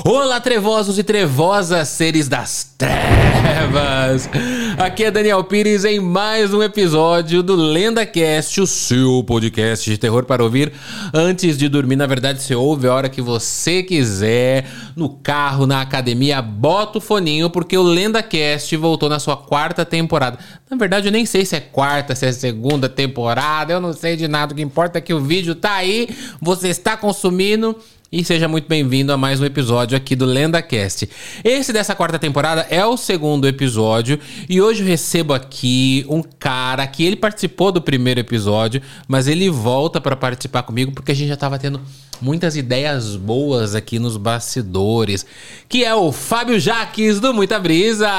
Olá, trevosos e trevosas, seres das trevas! Aqui é Daniel Pires em mais um episódio do LendaCast, o seu podcast de terror para ouvir antes de dormir. Na verdade, você ouve a hora que você quiser, no carro, na academia, bota o foninho, porque o LendaCast voltou na sua quarta temporada. Na verdade, eu nem sei se é quarta, se é segunda temporada, eu não sei de nada. O que importa é que o vídeo tá aí, você está consumindo. E seja muito bem-vindo a mais um episódio aqui do LendaCast. Esse dessa quarta temporada é o segundo episódio e hoje eu recebo aqui um cara que ele participou do primeiro episódio, mas ele volta para participar comigo porque a gente já estava tendo muitas ideias boas aqui nos bastidores, que é o Fábio Jaques do Muita Brisa.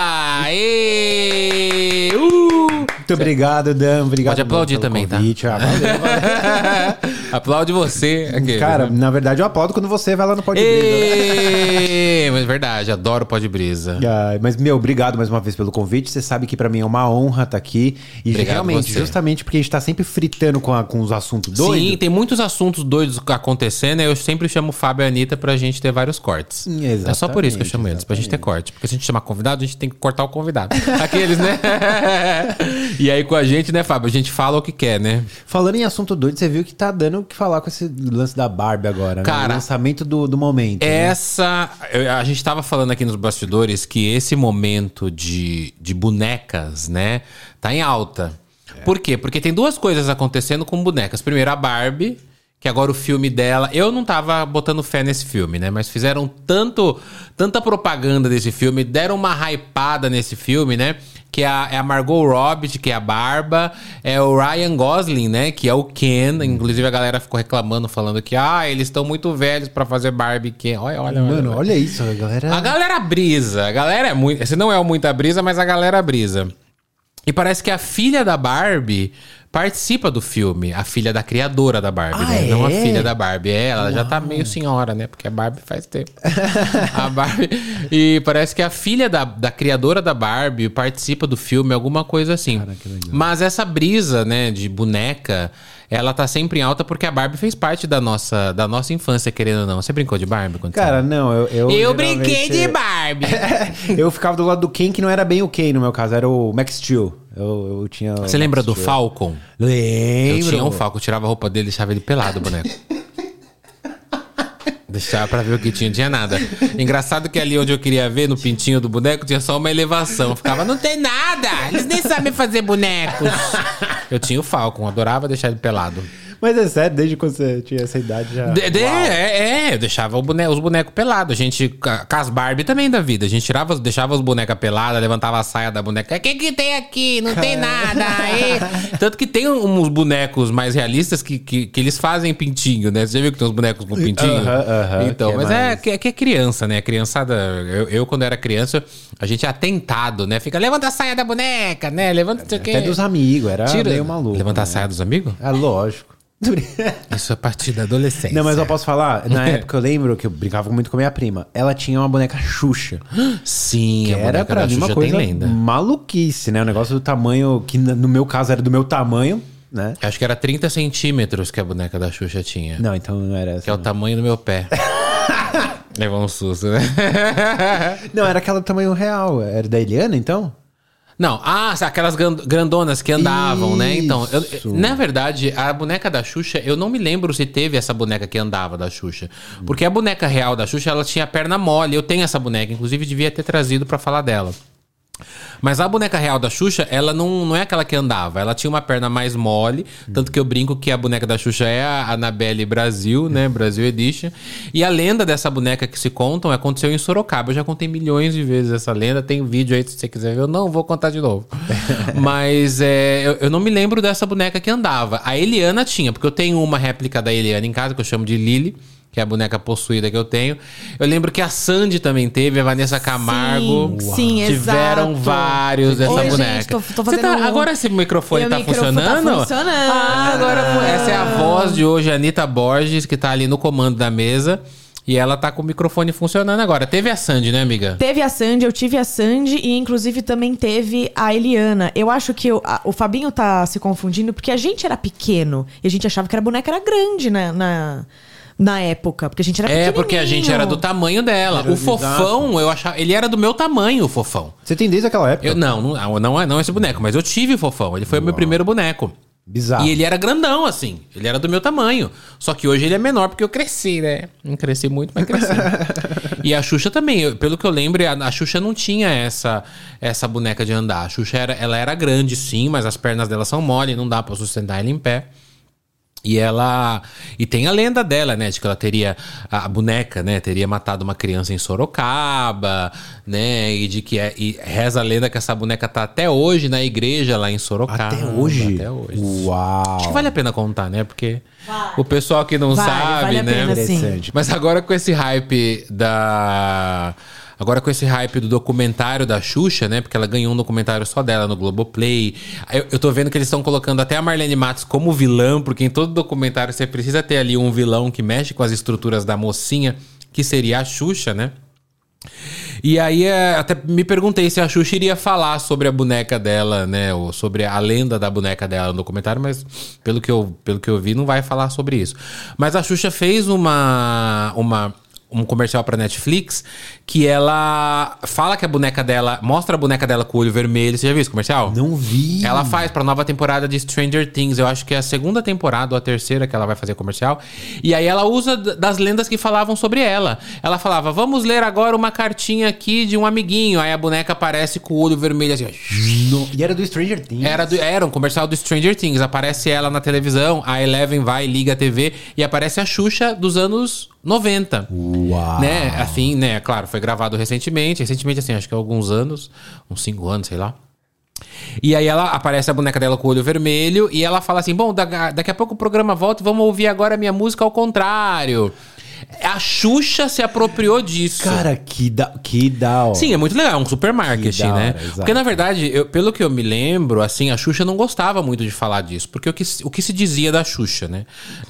Aê! Muito obrigado, Dan. Obrigado. Pode aplaudir também, convite, tá? Valeu. Aplaude você. Aqui. Cara, na verdade eu aplaudo quando você vai lá no Pode Brisa. Mas verdade, adoro Pode Brisa. Mas, obrigado mais uma vez pelo convite. Você sabe que pra mim é uma honra estar aqui. E obrigado realmente, justamente porque a gente tá sempre fritando com os assuntos doidos. Sim, tem muitos assuntos doidos acontecendo. Eu sempre chamo o Fábio e a Anitta pra gente ter vários cortes. Exatamente. É só por isso que eu chamo eles, pra gente ter corte. Porque se a gente chamar convidado, a gente tem que cortar o convidado. Aqueles, né? E aí com a gente, né, Fábio? A gente fala o que quer, né? Falando em assunto doido, você viu que tá dando o que falar com esse lance da Barbie agora, cara, né? O lançamento do momento. A gente tava falando aqui nos bastidores que esse momento de bonecas, né, tá em alta. Por quê? Porque tem duas coisas acontecendo com bonecas. Primeiro, a Barbie, que agora o filme dela... Eu não tava botando fé nesse filme, né? Mas fizeram tanta propaganda desse filme, deram uma hypada nesse filme, né? Que é a Margot Robbie, que é a Barba, é o Ryan Gosling, né, que é o Ken. Inclusive a galera ficou reclamando, falando que eles estão muito velhos pra fazer Barbie e Ken. Olha isso, a galera... A galera brisa, a galera é muito... Esse não é muita brisa, mas a galera brisa. E parece que a filha da Barbie participa do filme, a filha da criadora da Barbie, né? Não a filha da Barbie. Ela já tá meio senhora, né? Porque a Barbie faz tempo. A Barbie... E parece que a filha da criadora da Barbie participa do filme, alguma coisa assim. Cara, que legal. Mas essa brisa, né, de boneca, ela tá sempre em alta porque a Barbie fez parte da nossa infância, querendo ou não. Você brincou de Barbie? Cara, não, eu brinquei de Barbie. Eu ficava do lado do Ken, que não era bem o Ken no meu caso, era o Max Steel. Eu tinha... Você lembra do Falcon? Lembro. Eu tinha um Falcon, eu tirava a roupa dele e deixava ele pelado, boneco. Deixava pra ver o que tinha, não tinha nada. Engraçado que ali onde eu queria ver, no pintinho do boneco, tinha só uma elevação. Eu ficava, não tem nada, eles nem sabem fazer bonecos. Eu tinha o Falcon, adorava deixar ele pelado. Mas é sério, desde quando você tinha essa idade já... eu deixava os bonecos pelados. A gente, com as Barbie também da vida, a gente deixava os bonecas peladas, levantava a saia da boneca. O que tem aqui? Não tem nada. Tanto que tem uns bonecos mais realistas que eles fazem pintinho, né? Você já viu que tem uns bonecos com pintinho? Então, mas é criança, né? Criançada... Eu, quando era criança, a gente é atentado, né? Fica, levanta a saia da boneca, né? Levanta... Até dos amigos, era meio maluco. Levantar a saia dos amigos? É lógico. Isso é a partir da adolescência. Não, mas eu posso falar, na época eu lembro que eu brincava muito com a minha prima. Ela tinha uma boneca Xuxa. Sim, que a era pra mim uma coisa maluquice, né? O negócio do tamanho, que no meu caso era do meu tamanho, né? Acho que era 30 centímetros que a boneca da Xuxa tinha. Não, então não era essa. Que é o tamanho do meu pé. Levou um susto, né? Não, era aquela do tamanho real. Era da Eliana, então? Não, aquelas grandonas que andavam, né? Então, na verdade, a boneca da Xuxa, eu não me lembro se teve essa boneca que andava da Xuxa. Porque a boneca real da Xuxa, ela tinha a perna mole. Eu tenho essa boneca, inclusive devia ter trazido pra falar dela. Mas a boneca real da Xuxa, ela não é aquela que andava. Ela tinha uma perna mais mole. Tanto que eu brinco que a boneca da Xuxa é a Annabelle Brasil, né? Brasil Edition. E a lenda dessa boneca que se contam aconteceu em Sorocaba. Eu já contei milhões de vezes essa lenda. Tem vídeo aí se você quiser ver. Eu não vou contar de novo. Mas eu não me lembro dessa boneca que andava. A Eliana tinha, porque eu tenho uma réplica da Eliana em casa, que eu chamo de Lily, que é a boneca possuída que eu tenho. Eu lembro que a Sandy também teve, a Vanessa Camargo. Sim, tiveram exato. vários dessa boneca. Gente, tô fazendo agora esse microfone tá funcionando? Tá funcionando. Agora essa é a voz de hoje, a Anitta Borges, que tá ali no comando da mesa. E ela tá com o microfone funcionando agora. Teve a Sandy, né, amiga? Teve a Sandy, eu tive a Sandy e inclusive também teve a Eliana. Eu acho que o Fabinho tá se confundindo porque a gente era pequeno e a gente achava que a boneca era grande, né? na época, porque a gente era pequenininho. Porque a gente era do tamanho dela. O Fofão, eu achava... Ele era do meu tamanho, o Fofão. Você tem desde aquela época? Não esse boneco, mas eu tive o Fofão. Ele foi o meu primeiro boneco. Bizarro. E ele era grandão, assim. Ele era do meu tamanho. Só que hoje ele é menor porque eu cresci, né? Não cresci muito, mas cresci. E a Xuxa também. Pelo que eu lembro, a Xuxa não tinha essa boneca de andar. A Xuxa ela era grande, sim, mas as pernas dela são mole. Não dá pra sustentar ela em pé. E tem a lenda dela, né, de que ela teria, a boneca, né, teria matado uma criança em Sorocaba, né, e reza a lenda que essa boneca tá até hoje na igreja lá em Sorocaba. Até hoje? Até hoje. Uau! Acho que vale a pena contar, né, porque o pessoal que não sabe, vale a né. pena, sim. Interessante. Mas agora com esse hype do documentário da Xuxa, né? Porque ela ganhou um documentário só dela no Globoplay. Eu tô vendo que eles estão colocando até a Marlene Matos como vilã, porque em todo documentário você precisa ter ali um vilão que mexe com as estruturas da mocinha, que seria a Xuxa, né? E aí até me perguntei se a Xuxa iria falar sobre a boneca dela, né? Ou sobre a lenda da boneca dela no documentário, mas pelo que eu vi, não vai falar sobre isso. Mas a Xuxa fez um comercial pra Netflix que ela fala que a boneca dela... Mostra a boneca dela com o olho vermelho. Você já viu esse comercial? Não vi. Ela faz pra nova temporada de Stranger Things. Eu acho que é a segunda temporada ou a terceira que ela vai fazer comercial. E aí ela usa das lendas que falavam sobre ela. Ela falava, vamos ler agora uma cartinha aqui de um amiguinho. Aí a boneca aparece com o olho vermelho assim. E era do Stranger Things? Era um comercial do Stranger Things. Aparece ela na televisão, a Eleven vai, liga a TV e aparece a Xuxa dos anos 90. Uau! Né? Assim, né? Claro, foi gravado recentemente, assim, acho que há alguns anos, uns 5 anos, sei lá. E aí ela aparece a boneca dela com o olho vermelho e ela fala assim, bom, daqui a pouco o programa volta e vamos ouvir agora a minha música ao contrário. A Xuxa se apropriou disso. Cara, que da hora. Sim, é muito legal, é um super marketing, hora, né? exato. Porque, na verdade, pelo que eu me lembro, assim, a Xuxa não gostava muito de falar disso. Porque o que se dizia da Xuxa, né?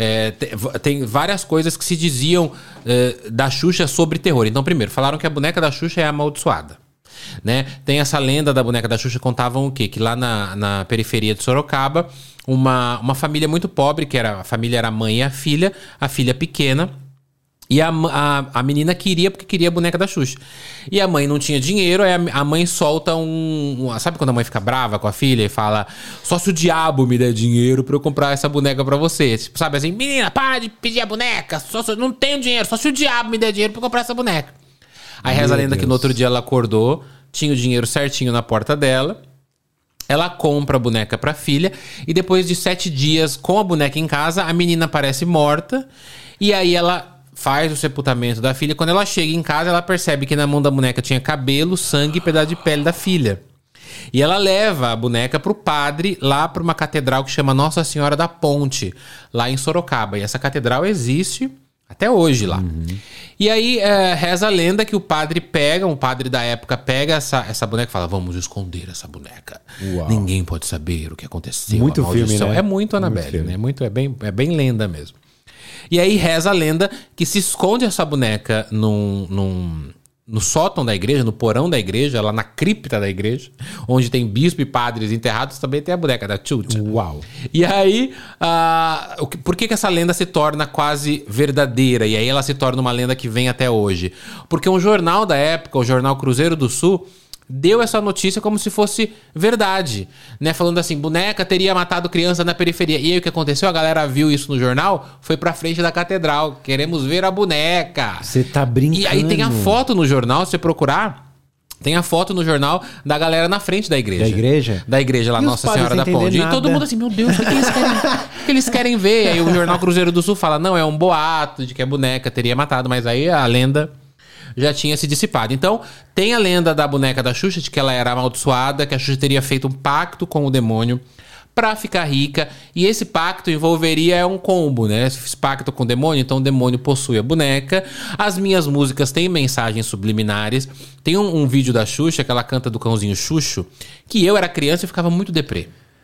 Tem várias coisas que se diziam da Xuxa sobre terror. Então, primeiro, falaram que a boneca da Xuxa é amaldiçoada. Né? Tem essa lenda da boneca da Xuxa, contavam o quê? Que lá na periferia de Sorocaba, uma família muito pobre, a família era a mãe e a filha pequena. E a menina porque queria a boneca da Xuxa. E a mãe não tinha dinheiro, aí a mãe solta sabe quando a mãe fica brava com a filha e fala, só se o diabo me der dinheiro pra eu comprar essa boneca pra você. Tipo, sabe assim, menina, para de pedir a boneca, não tenho dinheiro, só se o diabo me der dinheiro pra eu comprar essa boneca. Aí reza a lenda que no outro dia ela acordou, tinha o dinheiro certinho na porta dela. Ela compra a boneca pra filha e depois de 7 dias com a boneca em casa, a menina parece morta. E aí ela faz o sepultamento da filha. Quando ela chega em casa, ela percebe que na mão da boneca tinha cabelo, sangue e pedaço de pele da filha. E ela leva a boneca pro padre lá pra uma catedral que chama Nossa Senhora da Ponte, lá em Sorocaba. E essa catedral existe até hoje lá. Uhum. E aí reza a lenda que o padre da época pega essa boneca e fala, vamos esconder essa boneca. Uau. Ninguém pode saber o que aconteceu. Muito filme, né? É muito Annabelle, né? É bem lenda mesmo. E aí reza a lenda que se esconde essa boneca no sótão da igreja, no porão da igreja, lá na cripta da igreja, onde tem bispo e padres enterrados, também tem a boneca da Xuxa. Uau! E aí, por que essa lenda se torna quase verdadeira? E aí ela se torna uma lenda que vem até hoje? Porque um jornal da época, o jornal Cruzeiro do Sul, deu essa notícia como se fosse verdade, né? Falando assim, boneca teria matado criança na periferia. E aí o que aconteceu? A galera viu isso no jornal, foi pra frente da catedral. Queremos ver a boneca. Você tá brincando. E aí tem a foto no jornal, se você procurar, tem a foto no jornal da galera na frente da igreja. Da igreja? Da igreja lá, Nossa Senhora da Ponte. E todo mundo assim, meu Deus, o que eles querem ver? Aí o jornal Cruzeiro do Sul fala, não, é um boato de que a boneca teria matado. Mas aí a lenda já tinha se dissipado. Então, tem a lenda da boneca da Xuxa, de que ela era amaldiçoada, que a Xuxa teria feito um pacto com o demônio pra ficar rica. E esse pacto envolveria um combo, né? Esse pacto com o demônio, então o demônio possui a boneca. As minhas músicas têm mensagens subliminares. Tem um vídeo da Xuxa, que ela canta do cãozinho Xuxo, que eu era criança e ficava muito deprê.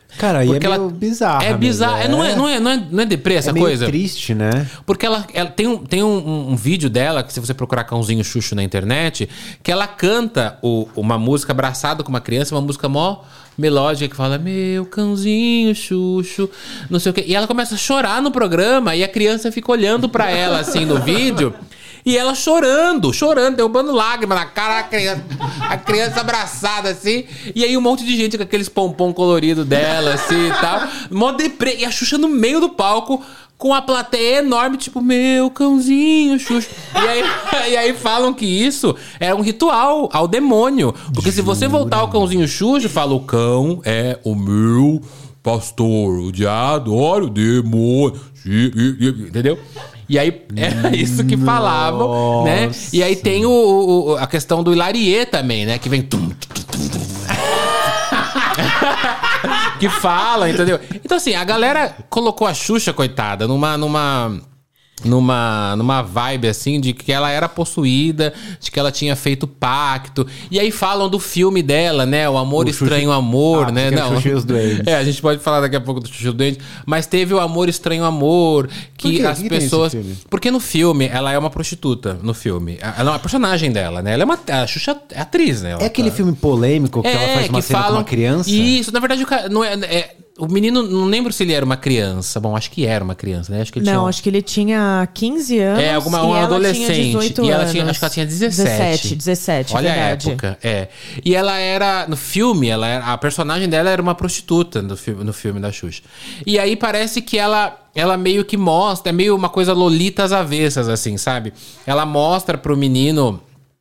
Cara, aí é meio bizarro. É bizarro. Não é deprê essa coisa? É meio triste, né? Porque ela tem um vídeo dela, que se você procurar Cãozinho Xuxo na internet, que ela canta uma música abraçada com uma criança, uma música mó melódica, que fala, meu cãozinho Xuxo, não sei o quê. E ela começa a chorar no programa, e a criança fica olhando pra ela, assim, no vídeo... E ela chorando, derrubando lágrimas na cara a criança abraçada, assim. E aí um monte de gente com aqueles pompom colorido dela, assim, e tal. Mó deprê. E a Xuxa no meio do palco, com a plateia enorme, tipo, meu cãozinho, Xuxa. E aí falam que isso é um ritual ao demônio. Porque se você voltar ao cãozinho Xuxa, fala, o cão é o meu pastor, o diabo, olha o demônio. Entendeu? E aí, era isso que falavam, né? E aí tem a questão do Hilarie também, né? Que vem... que fala, entendeu? Então, assim, a galera colocou a Xuxa, coitada, numa vibe, assim, de que ela era possuída, de que ela tinha feito pacto. E aí falam do filme dela, né? O Amor Estranho Amor, né? Não, Xuxa e os Duendes. A gente pode falar daqui a pouco do Xuxa e os Duendes. Mas teve o Amor Estranho Amor, que as pessoas... Porque no filme, ela é uma prostituta, no filme. Ela é uma personagem dela, né? A Xuxa é atriz, né? Aquele filme polêmico que ela faz uma cena com uma criança? Isso, na verdade, o cara não o menino, não lembro se ele era uma criança. Bom, acho que era uma criança, né? Acho que ele acho que ele tinha 15 anos. Um adolescente. Tinha 18 e ela anos. acho que ela tinha 17. 17, Olha verdade. a época. E ela era, no filme, a personagem dela era uma prostituta no filme da Xuxa. E aí parece que ela meio que mostra, é meio uma coisa Lolita às avessas, assim, sabe? Ela mostra pro menino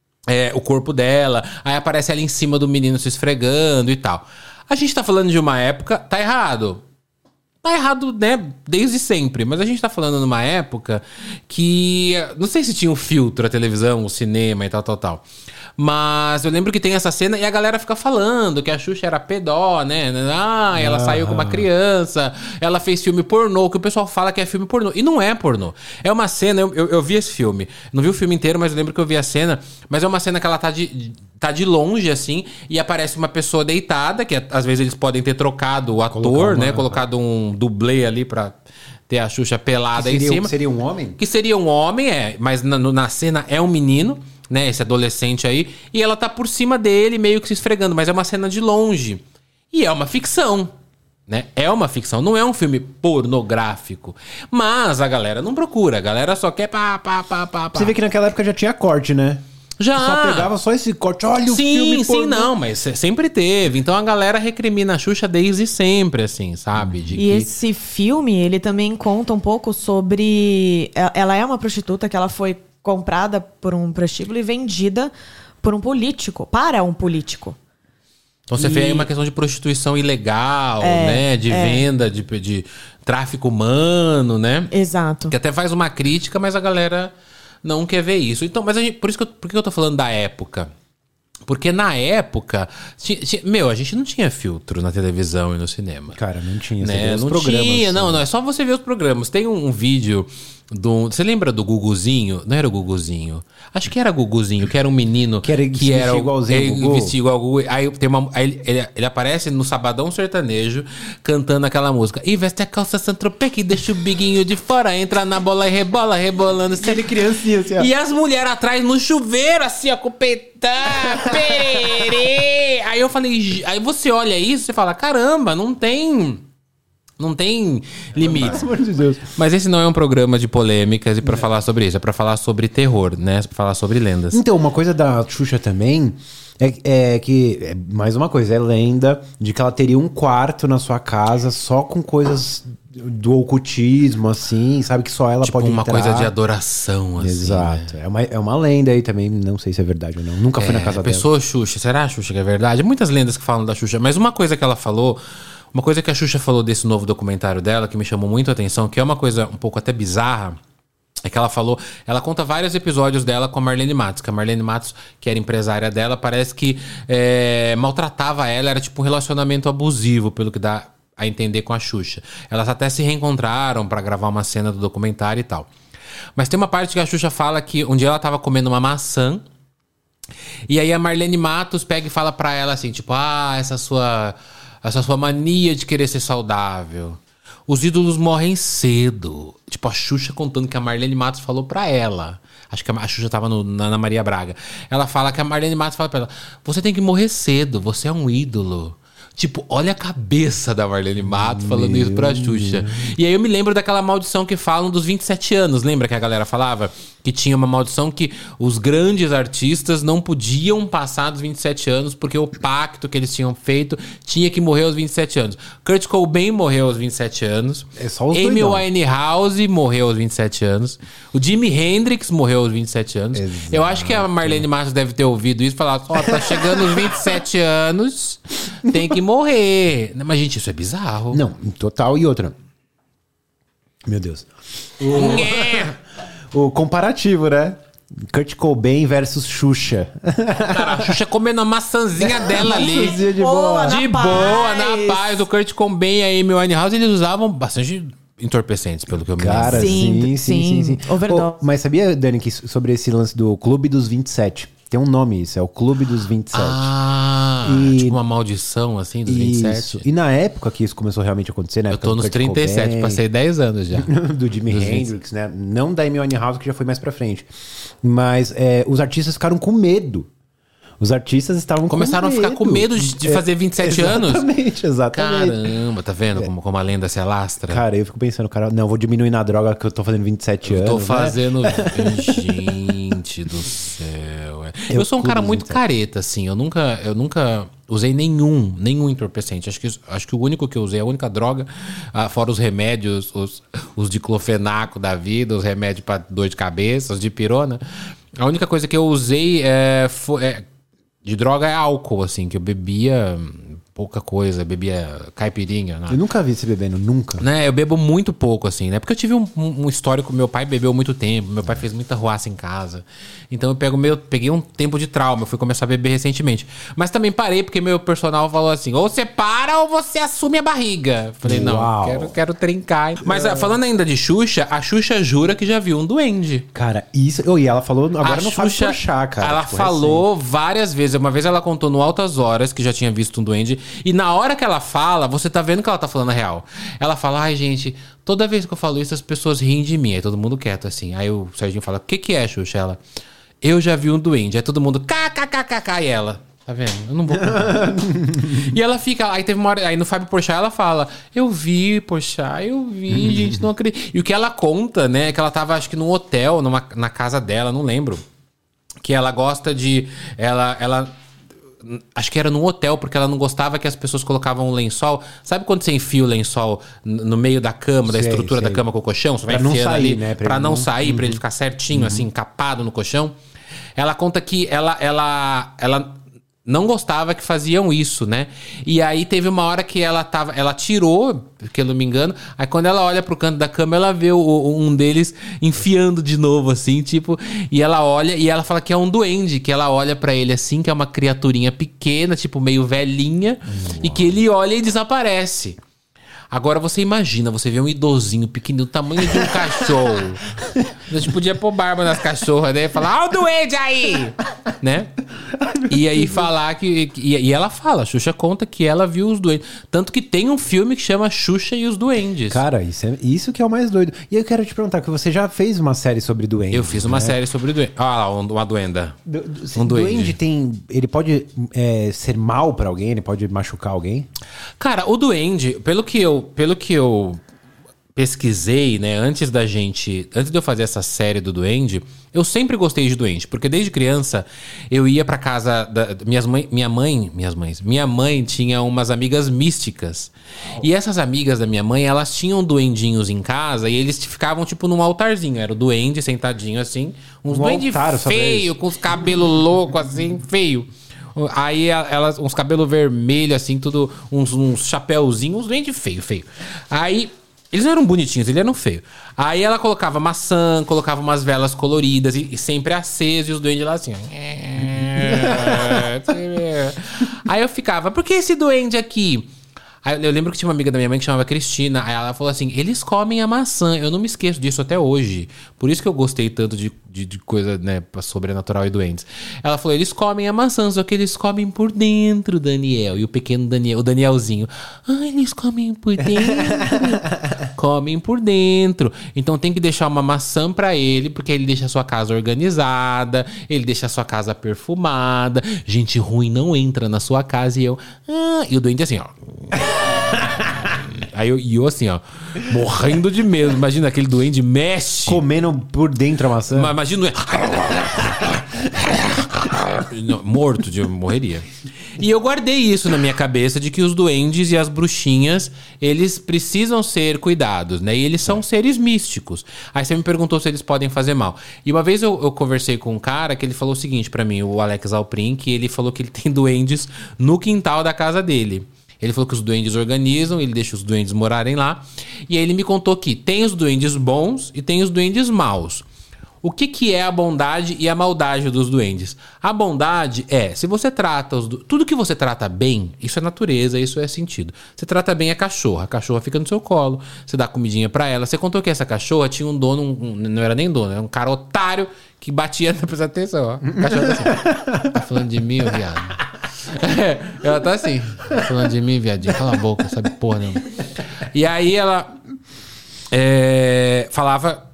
o corpo dela, aí aparece ela em cima do menino se esfregando e tal. A gente tá falando de uma época... Tá errado. Tá errado, né? Desde sempre. Mas a gente tá falando numa época que... Não sei se tinha um filtro, a televisão, o cinema e tal. Mas eu lembro que tem essa cena e a galera fica falando que a Xuxa era pedó, né? Ela saiu com uma criança, ela fez filme pornô, que o pessoal fala que é filme pornô. E não é pornô. É uma cena... Eu vi esse filme. Não vi o filme inteiro, mas eu lembro que eu vi a cena. Mas é uma cena que ela tá de longe, assim, e aparece uma pessoa deitada, que às vezes eles podem ter trocado o ator, né? Colocado um dublê ali pra ter a Xuxa pelada aí em cima. Que seria um homem? Que seria um homem, mas na cena é um menino, né? Esse adolescente aí. E ela tá por cima dele, meio que se esfregando, mas é uma cena de longe. E é uma ficção, né? É uma ficção, não é um filme pornográfico. Mas a galera não procura, a galera só quer pá. Você vê que naquela época já tinha corte, né? Já. Você só pegava só esse corte. Olha o filme pornô. Sim, não, mas sempre teve. Então a galera recrimina a Xuxa desde sempre, assim, sabe? Esse filme, ele também conta um pouco sobre... Ela é uma prostituta que ela foi comprada por um prostíbulo e vendida por um político, para um político. Então você vê aí uma questão de prostituição ilegal, né? De venda, de tráfico humano, né? Exato. Que até faz uma crítica, mas a galera... não quer ver isso. Então, mas por que eu tô falando da época? Porque na época... a gente não tinha filtro na televisão e no cinema. Cara, não tinha. Né? Não tinha, não. É só você ver os programas. Tem um vídeo... Você lembra do Guguzinho? Não era o Guguzinho. Acho que era Guguzinho, que era um menino que era igualzinho vestia igual ao Gugu. Aí ele aparece no Sabadão Sertanejo cantando aquela música. E veste a calça Saint-Tropez que deixa o biguinho de fora, entra na bola e rebola, rebolando. Aquele criancinha assim, ó. E as mulheres atrás no chuveiro, assim, ó, com petá, pererê. Aí eu falei... Aí você olha isso e fala, caramba, não tem limites. Pelo amor de Deus. Mas esse não é um programa de polêmicas e pra falar sobre isso. É pra falar sobre terror, né? Pra falar sobre lendas. Então, uma coisa da Xuxa também é que... mais uma coisa, é lenda de que ela teria um quarto na sua casa só com coisas do ocultismo, assim, sabe? Que só ela tipo pode uma entrar. coisa de adoração, assim. Exato. Né? É uma lenda aí também, não sei se é verdade ou não. Nunca fui na casa dela. Pessoa Xuxa. Será a Xuxa que é verdade? Muitas lendas que falam da Xuxa. Mas uma coisa que ela falou... Uma coisa que a Xuxa falou desse novo documentário dela, que me chamou muito a atenção, que é uma coisa um pouco até bizarra, é que ela falou... Ela conta vários episódios dela com a Marlene Matos. Que a Marlene Matos, que era empresária dela, parece que maltratava ela. Era tipo um relacionamento abusivo, pelo que dá a entender com a Xuxa. Elas até se reencontraram pra gravar uma cena do documentário e tal. Mas tem uma parte que a Xuxa fala que um dia ela tava comendo uma maçã, e aí a Marlene Matos pega e fala pra ela assim, tipo... essa sua Essa sua mania de querer ser saudável. Os ídolos morrem cedo. Tipo, a Xuxa contando que a Marlene Matos falou pra ela. Acho que a Xuxa tava na Ana Maria Braga. Ela fala que a Marlene Matos fala pra ela: você tem que morrer cedo, você é um ídolo. Tipo, olha a cabeça da Marlene Matos falando isso pra Xuxa. E aí eu me lembro daquela maldição que falam dos 27 anos. Lembra que a galera falava? Que tinha uma maldição que os grandes artistas não podiam passar dos 27 anos porque o pacto que eles tinham feito tinha que morrer aos 27 anos. Kurt Cobain morreu aos 27 anos. É só os Amy doidão. Winehouse morreu aos 27 anos. O Jimi Hendrix morreu aos 27 anos. Exato. Eu acho que a Marlene Matos deve ter ouvido isso e falar: ó, tá chegando os 27 anos, tem que morrer. Mas, gente, isso é bizarro. Não, total. E outra. Meu Deus. O comparativo, né? Kurt Cobain versus Xuxa. Cara, a Xuxa comendo a maçãzinha dela ali. Maçãzinha de boa. De boa, na paz. O Kurt Cobain e a Amy Winehouse, eles usavam bastante entorpecentes, pelo que eu me lembro. Cara, sim. Overdose. Mas sabia, Dani, que sobre esse lance do Clube dos 27? Tem um nome isso, é o Clube dos 27. Tipo uma maldição, assim, dos 27. Isso. E na época que isso começou realmente a acontecer, né? Eu tô nos 37, passei 10 anos já. do Jimi Hendrix, né? Não da Amy Winehouse, que já foi mais pra frente. Mas os artistas ficaram com medo. Os artistas estavam Começaram com medo. a ficar com medo de fazer 27 anos. Exatamente. Caramba, tá vendo como a lenda se alastra? Cara, eu fico pensando, cara, não, vou diminuir na droga que eu tô fazendo 27 anos. Tô né? fazendo. Gente do céu. Eu sou um cara muito careta, assim. Eu nunca usei nenhum entorpecente. Acho que o único que eu usei, a única droga, fora os remédios, os diclofenaco da vida, os remédios pra dor de cabeça, os de pirona. A única coisa que eu usei de droga é álcool, assim, que eu bebia pouca coisa, bebia caipirinha. Né? Eu nunca vi você bebendo, nunca. Né, eu bebo muito pouco, assim, né? Porque eu tive um histórico, meu pai bebeu muito tempo, meu pai fez muita ruaça em casa. Então eu peguei um tempo de trauma, eu fui começar a beber recentemente. Mas também parei, porque meu personal falou assim: ou você para ou você assume a barriga. Falei, Uau. não, quero trincar. Mas falando ainda de Xuxa, a Xuxa jura que já viu um duende. Cara, isso... E ela falou agora no Fábio Xuxa, Porchat, cara. ela tipo, falou várias vezes. Uma vez ela contou no Altas Horas que já tinha visto um duende. E na hora que ela fala, você tá vendo que ela tá falando a real. Ela fala: ai, gente, toda vez que eu falo isso, as pessoas riem de mim. Aí todo mundo quieto, assim. Aí o Serginho fala: o que é, Xuxa? Ela: eu já vi um duende. Aí todo mundo kkkk. E ela: tá vendo? Eu não vou contar. E ela fica... Aí teve uma hora... Aí no Fábio Porchat ela fala: eu vi, Porchat, gente, não acredito. E o que ela conta, né, é que ela tava, acho que num hotel, na casa dela, não lembro. Que ela gosta de... Ela acho que era num hotel, porque ela não gostava que as pessoas colocavam um lençol. Sabe quando você enfia o lençol no meio da cama, da estrutura da cama com o colchão? Você vai não enfiando sair, ali, né? Pra não sair, pra ele ficar certinho, assim, encapado no colchão. Ela conta que ela não gostava que faziam isso, né? E aí teve uma hora que ela tirou, porque eu não me engano. Aí quando ela olha pro canto da cama, ela vê um deles enfiando de novo, assim, tipo... E ela olha e ela fala que é um duende, que ela olha pra ele assim, que é uma criaturinha pequena, tipo meio velhinha, e que ele olha e desaparece. Agora você imagina, você vê um idosinho pequenininho, do tamanho de um cachorro. A gente podia pôr barba nas cachorras, né? Falar: ó o duende aí! Né? E aí falar que... E ela fala, a Xuxa conta que ela viu os duendes. Tanto que tem um filme que chama Xuxa e os Duendes. Cara, isso que é o mais doido. E eu quero te perguntar, que você já fez uma série sobre duendes. Eu fiz uma série sobre duende. Olha lá, uma duenda. Um duende tem... Ele pode ser mal pra alguém? Ele pode machucar alguém? Cara, o duende, pelo que eu pesquisei, né, antes de eu fazer essa série do duende, eu sempre gostei de duende, porque desde criança eu ia pra casa da minha mãe tinha umas amigas místicas. E essas amigas da minha mãe, elas tinham duendinhos em casa e eles ficavam tipo num altarzinho, era o duende sentadinho assim, uns duendes feios, com os cabelos loucos assim, feio. Aí elas, uns cabelos vermelhos, assim, tudo, uns chapéuzinhos, uns dentes feio. Aí, eles não eram bonitinhos, eles eram feios. Aí ela colocava maçã, colocava umas velas coloridas e sempre aceso, e os duendes lá assim. Aí eu ficava: por que esse duende aqui? Aí eu lembro que tinha uma amiga da minha mãe que chamava Cristina. Aí ela falou assim, eles comem a maçã. Eu não me esqueço disso até hoje. Por isso que eu gostei tanto de coisa, né, sobrenatural e doentes. Ela falou, eles comem a maçã, só que eles comem por dentro, Daniel. E o pequeno Daniel, o Danielzinho. Eles comem por dentro. Comem por dentro. Então tem que deixar uma maçã pra ele, porque ele deixa a sua casa organizada, ele deixa a sua casa perfumada. Gente ruim não entra na sua casa. E e o doente assim, ó. Aí eu assim, ó, morrendo de medo. Imagina aquele duende mexe. Comendo por dentro a maçã. Imagina. Morto, eu morreria. E eu guardei isso na minha cabeça de que os duendes e as bruxinhas, eles precisam ser cuidados, né? E eles são seres místicos. Aí você me perguntou se eles podem fazer mal. E uma vez eu conversei com um cara que ele falou o seguinte pra mim, o Alex Alprin, que ele falou que ele tem duendes no quintal da casa dele. Ele falou que os duendes organizam, ele deixa os duendes morarem lá. E aí ele me contou que tem os duendes bons e tem os duendes maus. O que é a bondade e a maldade dos duendes? A bondade é, se você trata tudo que você trata bem, isso é natureza, isso é sentido. Você trata bem a cachorra fica no seu colo, você dá comidinha pra ela. Você contou que essa cachorra tinha um dono, não era nem dono, era um cara otário que batia, presta atenção, ó. A cachorra tá assim, tá falando de mim, ô viado? Ela tá assim, tá falando de mim, viadinho, cala a boca, sabe porra não. E aí ela falava,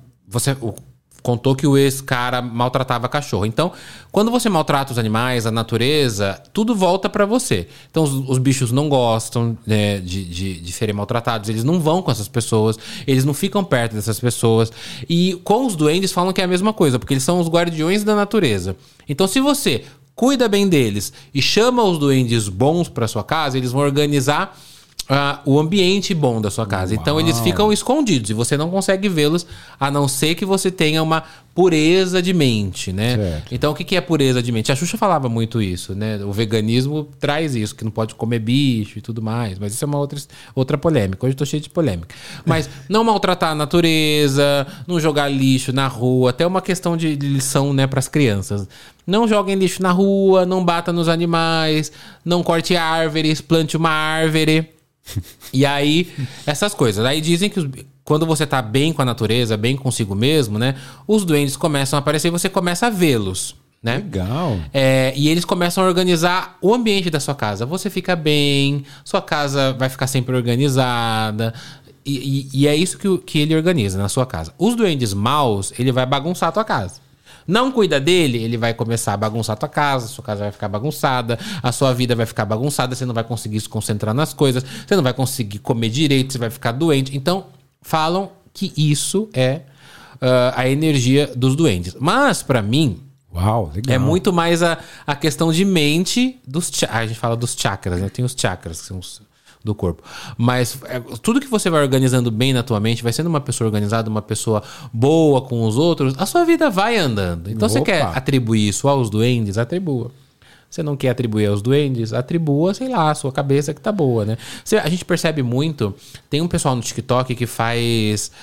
contou que o ex-cara maltratava a cachorro. Então, quando você maltrata os animais, a natureza, tudo volta pra você. Então, os bichos não gostam, né, de serem maltratados. Eles não vão com essas pessoas. Eles não ficam perto dessas pessoas. E com os duendes falam que é a mesma coisa, porque eles são os guardiões da natureza. Então, se você cuida bem deles e chama os duendes bons pra sua casa, eles vão organizar o ambiente bom da sua casa. Então eles ficam escondidos e você não consegue vê-los, a não ser que você tenha uma pureza de mente, né? Certo. Então o que é pureza de mente? A Xuxa falava muito isso, né? O veganismo traz isso, que não pode comer bicho e tudo mais, mas isso é uma outra polêmica. Hoje eu tô cheio de polêmica. Mas não maltratar a natureza, não jogar lixo na rua, até uma questão de lição, né, pras crianças. Não joguem lixo na rua, não bata nos animais, não corte árvores, plante uma árvore. E aí, essas coisas. Aí dizem que quando você tá bem com a natureza, bem consigo mesmo, né? Os duendes começam a aparecer e você começa a vê-los, né? Legal. E eles começam a organizar o ambiente da sua casa. Você fica bem, sua casa vai ficar sempre organizada. E é isso que ele organiza na sua casa. Os duendes maus, ele vai bagunçar a tua casa. Não cuida dele, ele vai começar a bagunçar a tua casa, sua casa vai ficar bagunçada, a sua vida vai ficar bagunçada, você não vai conseguir se concentrar nas coisas, você não vai conseguir comer direito, você vai ficar doente. Então, falam que isso é a energia dos duendes. Mas, pra mim, uau, legal. É muito mais a questão de mente a gente fala dos chakras, né? Tem os chakras, que são os do corpo. Mas tudo que você vai organizando bem na tua mente, vai sendo uma pessoa organizada, uma pessoa boa com os outros, a sua vida vai andando. Então você quer atribuir isso aos duendes? Atribua. Você não quer atribuir aos duendes? Atribua, sei lá, a sua cabeça que tá boa, né? A gente percebe muito, tem um pessoal no TikTok que faz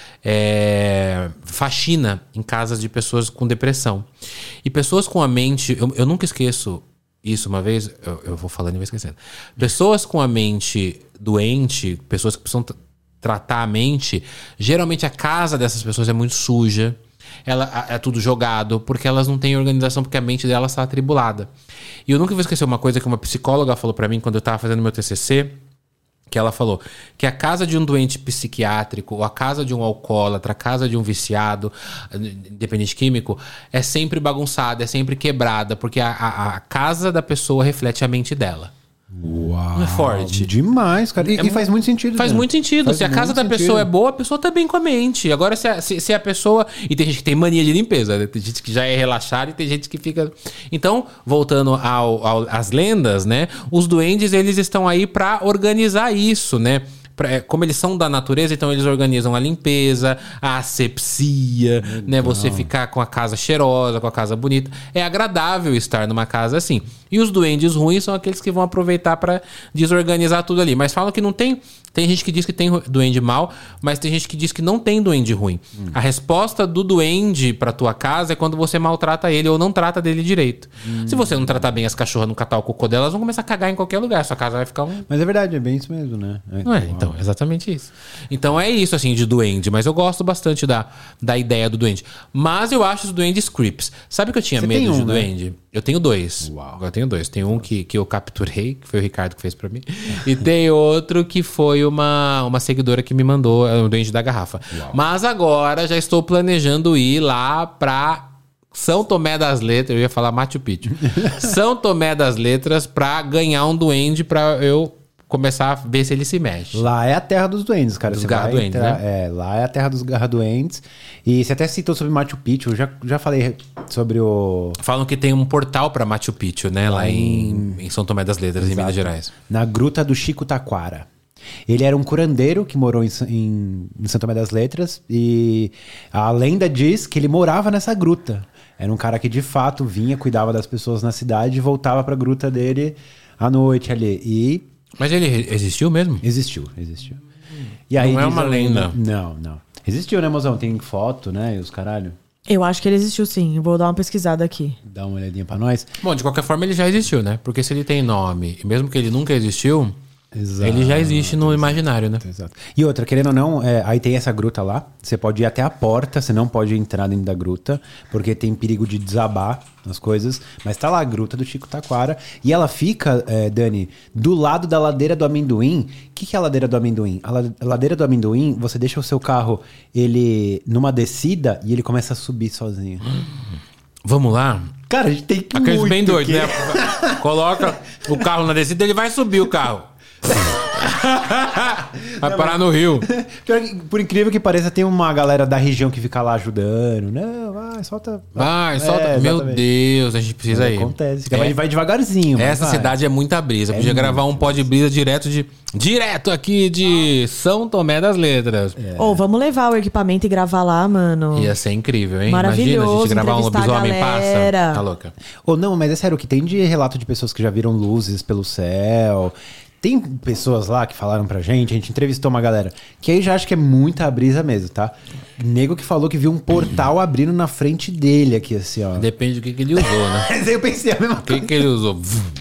faxina em casas de pessoas com depressão. E pessoas com a mente... Eu nunca esqueço isso uma vez, eu vou falando e vou esquecendo. Pessoas com a mente doente, pessoas que precisam tratar a mente, geralmente a casa dessas pessoas é muito suja, é tudo jogado, porque elas não têm organização, porque a mente delas está atribulada. E eu nunca vou esquecer uma coisa que uma psicóloga falou pra mim quando eu tava fazendo meu TCC, que ela falou que a casa de um doente psiquiátrico, ou a casa de um alcoólatra, a casa de um viciado, dependente químico, é sempre bagunçada, é sempre quebrada, porque a casa da pessoa reflete a mente dela. Uau, não é forte? Demais, cara. E faz muito sentido. Faz muito sentido. Se a casa da pessoa é boa, a pessoa tá bem com a mente. Agora, se a pessoa... E tem gente que tem mania de limpeza, né? Tem gente que já é relaxada e tem gente que fica... Então, voltando às lendas, né? Os duendes, eles estão aí pra organizar isso, né? Como eles são da natureza, então eles organizam a limpeza, a asepsia, né? Você ficar com a casa cheirosa, com a casa bonita. É agradável estar numa casa assim. E os duendes ruins são aqueles que vão aproveitar para desorganizar tudo ali. Mas falam que não tem Tem gente que diz que tem duende mau, mas tem gente que diz que não tem duende ruim. A resposta do duende pra tua casa é quando você maltrata ele ou não trata dele direito. Se você não tratar bem as cachorras, não catar o cocô delas, elas vão começar a cagar em qualquer lugar. Sua casa vai ficar Mas é verdade, é bem isso mesmo, né? Então, exatamente isso. Então é isso, assim, de duende. Mas eu gosto bastante da ideia do duende. Mas eu acho os duendes creeps. Sabe que eu tinha medo de duende? Eu tenho 2. Uau. Agora eu tenho 2. Tem um que eu capturei, que foi o Ricardo que fez pra mim. E tem outro que foi uma seguidora que me mandou, o duende da garrafa. Uau. Mas agora já estou planejando ir lá pra São Tomé das Letras. Eu ia falar Machu Picchu. São Tomé das Letras pra ganhar um duende pra eu começar a ver se ele se mexe. Lá é a terra dos duendes, cara. Dos Você vai garra-duendes, entrar- né? lá é a terra dos garra-duendes. E você até citou sobre Machu Picchu. Eu já falei sobre o... Falam que tem um portal pra Machu Picchu, né? Lá em São Tomé das Letras, em Minas Gerais. Na gruta do Chico Taquara. Ele era um curandeiro que morou em São Tomé das Letras. E a lenda diz que ele morava nessa gruta. Era um cara que de fato vinha, cuidava das pessoas na cidade e voltava pra gruta dele à noite ali. E Mas ele existiu mesmo? existiu. E aí Não é diz uma a lenda. Não. Existiu, né, mozão? Tem foto, né? E os caralho. Eu acho que ele existiu sim. Eu vou dar uma pesquisada aqui. Dá uma olhadinha pra nós. Bom, de qualquer forma ele já existiu, né? Porque se ele tem nome, e mesmo que ele nunca existiu, Exato. ele já existe no imaginário, né? Exato. E outra, querendo ou não, aí tem essa gruta lá. Você pode ir até a porta, você não pode entrar dentro da gruta, porque tem perigo de desabar as coisas. Mas tá lá a gruta do Chico Taquara. E ela fica, Dani, do lado da ladeira do amendoim. O que é a ladeira do amendoim? A ladeira do amendoim, você deixa o seu carro ele numa descida e ele começa a subir sozinho. Vamos lá? Cara, a gente tem que Aqueles muito bem doidos, que- né? Coloca o carro na descida, ele vai subir o carro. Vai parar no rio. Pior que, por incrível que pareça, tem uma galera da região que fica lá ajudando. Não, vai, solta. Vai, solta. Meu exatamente. Deus, a gente precisa ir. Acontece. É. Vai devagarzinho. mas Essa vai. cidade é muita brisa. Podia gravar um pó de brisa direto aqui de São Tomé das Letras. Ou vamos levar o equipamento e gravar lá, mano. Ia ser incrível, hein? Maravilhoso, Imagina a gente gravar um entrevistar a lobisomem galera. passa. Tá louca. Ou não, mas é sério, o que tem de relato de pessoas que já viram luzes pelo céu. Tem pessoas lá que falaram pra gente, a gente entrevistou uma galera, que aí já acho que é muita brisa mesmo, tá? Nego que falou que viu um portal abrindo na frente dele aqui, assim, ó. Depende do que ele usou, né? Mas aí eu pensei a mesma O que ele usou?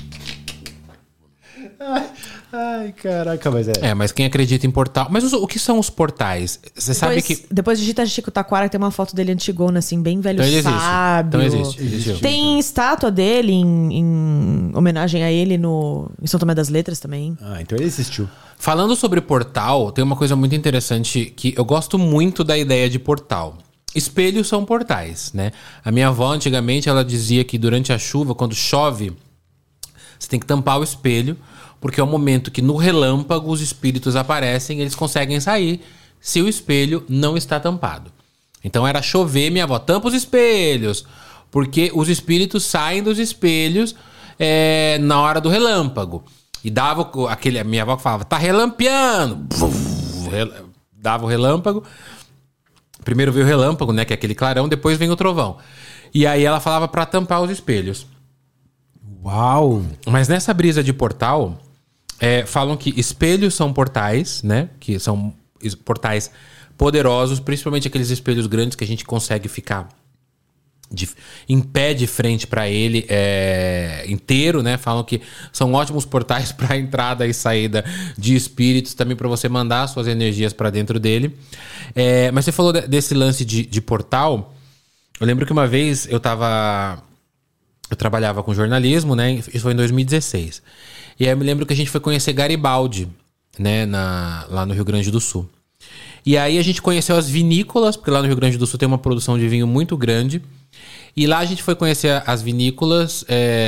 Ai, caraca, mas é. É, mas quem acredita em portal... Mas o que são os portais? Você sabe que... Depois digita Chico Taquara, tem uma foto dele antigona, assim, bem velho Então ele existe. sábio. Então existe. Tem estátua dele em homenagem a ele em São Tomé das Letras também. Ah, então ele existiu. Falando sobre portal, tem uma coisa muito interessante que eu gosto muito da ideia de portal. Espelhos são portais, né? A minha avó, antigamente, ela dizia que durante a chuva, quando chove, você tem que tampar o espelho, porque é o momento que no relâmpago os espíritos aparecem e eles conseguem sair se o espelho não está tampado. Então era chover, minha avó, tampa os espelhos, porque os espíritos saem dos espelhos na hora do relâmpago. E dava aquele... Minha avó falava, tá relampeando. Dava o relâmpago. Primeiro veio o relâmpago, né? Que é aquele clarão. Depois vem o trovão. E aí ela falava pra tampar os espelhos. Uau! Mas nessa brisa de portal, falam que espelhos são portais, né? Que são portais poderosos, principalmente aqueles espelhos grandes que a gente consegue ficar em pé de frente pra ele inteiro, né? Falam que são ótimos portais pra entrada e saída de espíritos, também pra você mandar suas energias pra dentro dele. Mas você falou desse lance de portal. Eu lembro que uma vez eu trabalhava com jornalismo, né? Isso foi em 2016. E aí eu me lembro que a gente foi conhecer Garibaldi, né? Lá no Rio Grande do Sul. E aí a gente conheceu as vinícolas, porque lá no Rio Grande do Sul tem uma produção de vinho muito grande. E lá a gente foi conhecer as vinícolas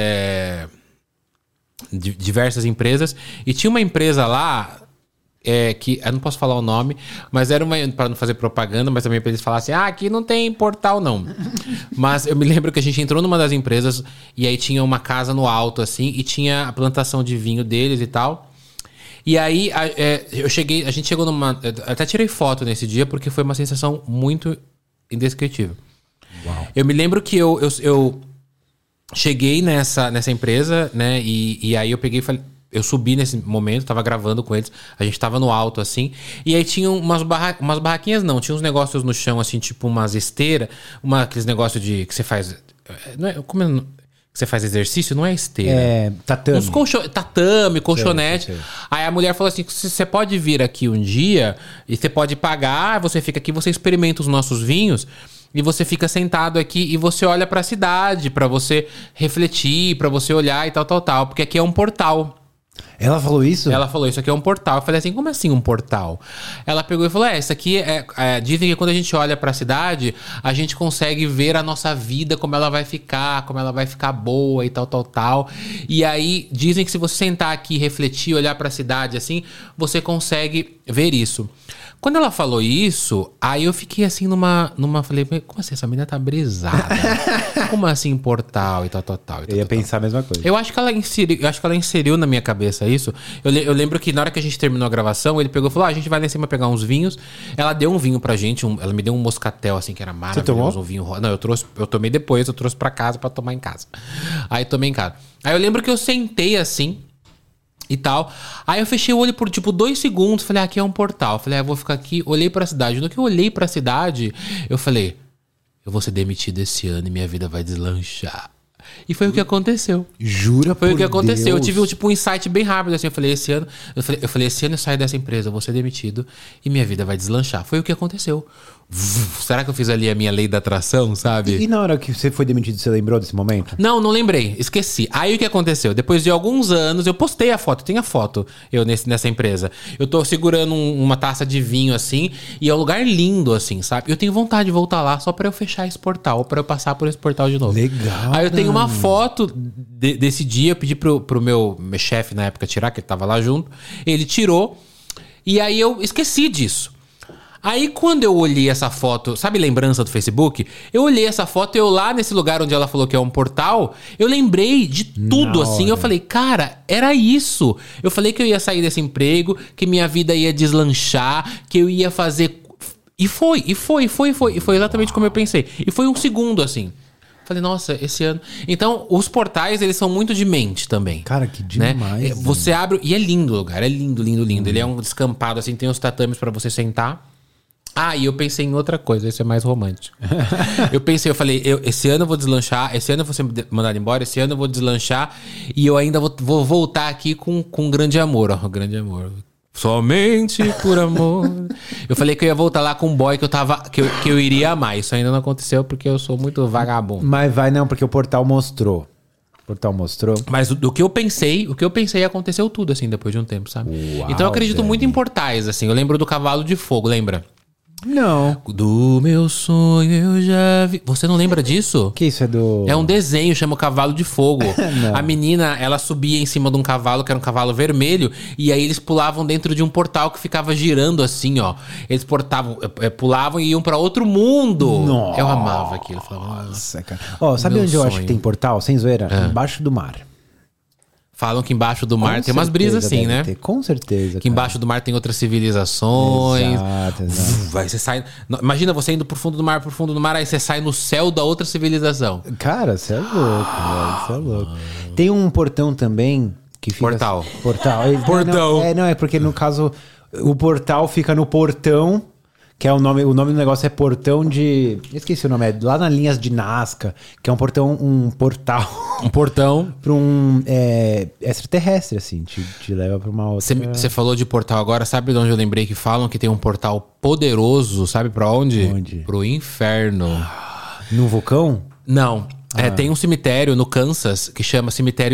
de diversas empresas. E tinha uma empresa lá que eu não posso falar o nome, mas era para não fazer propaganda, mas também para eles falarem assim, aqui não tem portal não. Mas eu me lembro que a gente entrou numa das empresas e aí tinha uma casa no alto assim e tinha a plantação de vinho deles e tal. E aí a gente chegou numa... Até tirei foto nesse dia porque foi uma sensação muito indescritível. Uau. Eu me lembro que eu cheguei nessa empresa, né? E aí eu peguei e falei... Eu subi nesse momento, tava gravando com eles. A gente tava no alto, assim. E aí tinha umas barraquinhas, não. Tinha uns negócios no chão, assim, tipo umas esteiras. Aqueles negócios de... Que você faz... Não é, que você faz exercício? Não é esteira. É, tatame. Uns tatame, colchonete. Sei. Aí a mulher falou assim, você pode vir aqui um dia e você pode pagar, você fica aqui, você experimenta os nossos vinhos... E você fica sentado aqui e você olha pra cidade, pra você refletir, pra você olhar e tal. Porque aqui é um portal. Ela falou isso? Ela falou, isso aqui é um portal. Eu falei assim, como assim um portal? Ela pegou e falou, isso aqui dizem que quando a gente olha pra cidade, a gente consegue ver a nossa vida, como ela vai ficar boa e tal. E aí, dizem que se você sentar aqui, refletir, olhar pra cidade assim, você consegue ver isso. Quando ela falou isso, aí eu fiquei assim falei, como assim? Essa menina tá brisada? Como assim portal e tal. Eu ia pensar a mesma coisa. Eu acho que ela inseriu na minha cabeça isso. Eu lembro que na hora que a gente terminou a gravação, ele pegou e falou, a gente vai lá em cima pegar uns vinhos. Ela deu um vinho pra gente, ela me deu um moscatel assim, que era maravilhoso. Você tomou? Um vinho rosa. Não, eu tomei depois, eu trouxe pra casa pra tomar em casa. Aí tomei em casa. Aí eu lembro que eu sentei assim... E tal. Aí eu fechei o olho por tipo 2 segundos. Falei, aqui é um portal. Falei, eu vou ficar aqui. Olhei pra cidade. No que eu olhei pra cidade, eu falei, eu vou ser demitido esse ano e minha vida vai deslanchar. E foi o que aconteceu. Jura? Foi o que aconteceu. Deus. Eu tive um insight bem rápido assim. Eu falei, esse ano eu saio dessa empresa, eu vou ser demitido e minha vida vai deslanchar. Foi o que aconteceu. Será que eu fiz ali a minha lei da atração, sabe? E na hora que você foi demitido, você lembrou desse momento? Não lembrei. Esqueci. Aí o que aconteceu? Depois de alguns anos, eu postei a foto. Tem a foto eu nessa empresa. Eu tô segurando uma taça de vinho, assim, e é um lugar lindo, assim, sabe? Eu tenho vontade de voltar lá só pra eu fechar esse portal, pra eu passar por esse portal de novo. Legal. Aí eu tenho uma foto desse dia. Eu pedi pro meu chefe na época tirar, que ele tava lá junto. Ele tirou. E aí eu esqueci disso. Aí quando eu olhei essa foto, sabe lembrança do Facebook? Eu olhei essa foto e eu lá nesse lugar onde ela falou que é um portal, eu lembrei de tudo assim. Eu falei, cara, era isso. Eu falei que eu ia sair desse emprego, que minha vida ia deslanchar, que eu ia fazer... E foi exatamente como eu pensei. E foi um segundo assim. Falei, nossa, esse ano... Então, os portais, eles são muito de mente também. Cara, que demais. Né? Você abre... E é lindo o lugar, é lindo. Ele é um descampado, assim, tem uns tatames pra você sentar. Ah, e eu pensei em outra coisa, esse é mais romântico. Eu falei, esse ano eu vou deslanchar, esse ano eu vou ser mandado embora, esse ano eu vou deslanchar e eu ainda vou voltar aqui com grande amor, ó, grande amor. Somente por amor. Eu falei que eu ia voltar lá com um boy que eu iria amar. Isso ainda não aconteceu porque eu sou muito vagabundo. Mas vai não, porque o portal mostrou. Mas o que eu pensei aconteceu tudo, assim, depois de um tempo, sabe? Uau, então eu acredito velho. muito em portais, assim. Eu lembro do Cavalo de Fogo, lembra? Não. Do meu sonho eu já vi... Você não lembra disso? Que isso é do... É um desenho, chama o Cavalo de Fogo. A menina, ela subia em cima de um cavalo, que era um cavalo vermelho, e aí eles pulavam dentro de um portal que ficava girando assim, ó. Eles pulavam e iam pra outro mundo. Nossa. Eu amava aquilo. Eu falava, Nossa, cara. Ó, sabe onde eu acho que tem portal, sem zoeira? Embaixo do mar. Falam que embaixo do mar Com tem umas brisas assim, certeza né? deve ter, com certeza. Que embaixo do mar tem outras civilizações. Exato. Aí você sai... Imagina você indo pro fundo do mar, aí você sai no céu da outra civilização. Cara, você é louco, velho. Você é louco. Tem um portão também que fica... Portal. Portal. Portão. Não, é porque no caso o portal fica no portão, que é o nome do negócio é portão de... Esqueci o nome, é lá nas linhas de Nazca, que é um portal... Um portão. para um extraterrestre, assim, te leva para uma outra... Você falou de portal agora, sabe de onde eu lembrei que falam que tem um portal poderoso, sabe pra onde? Onde? Pro inferno. No vulcão? Não, tem um cemitério no Kansas que chama Cemitério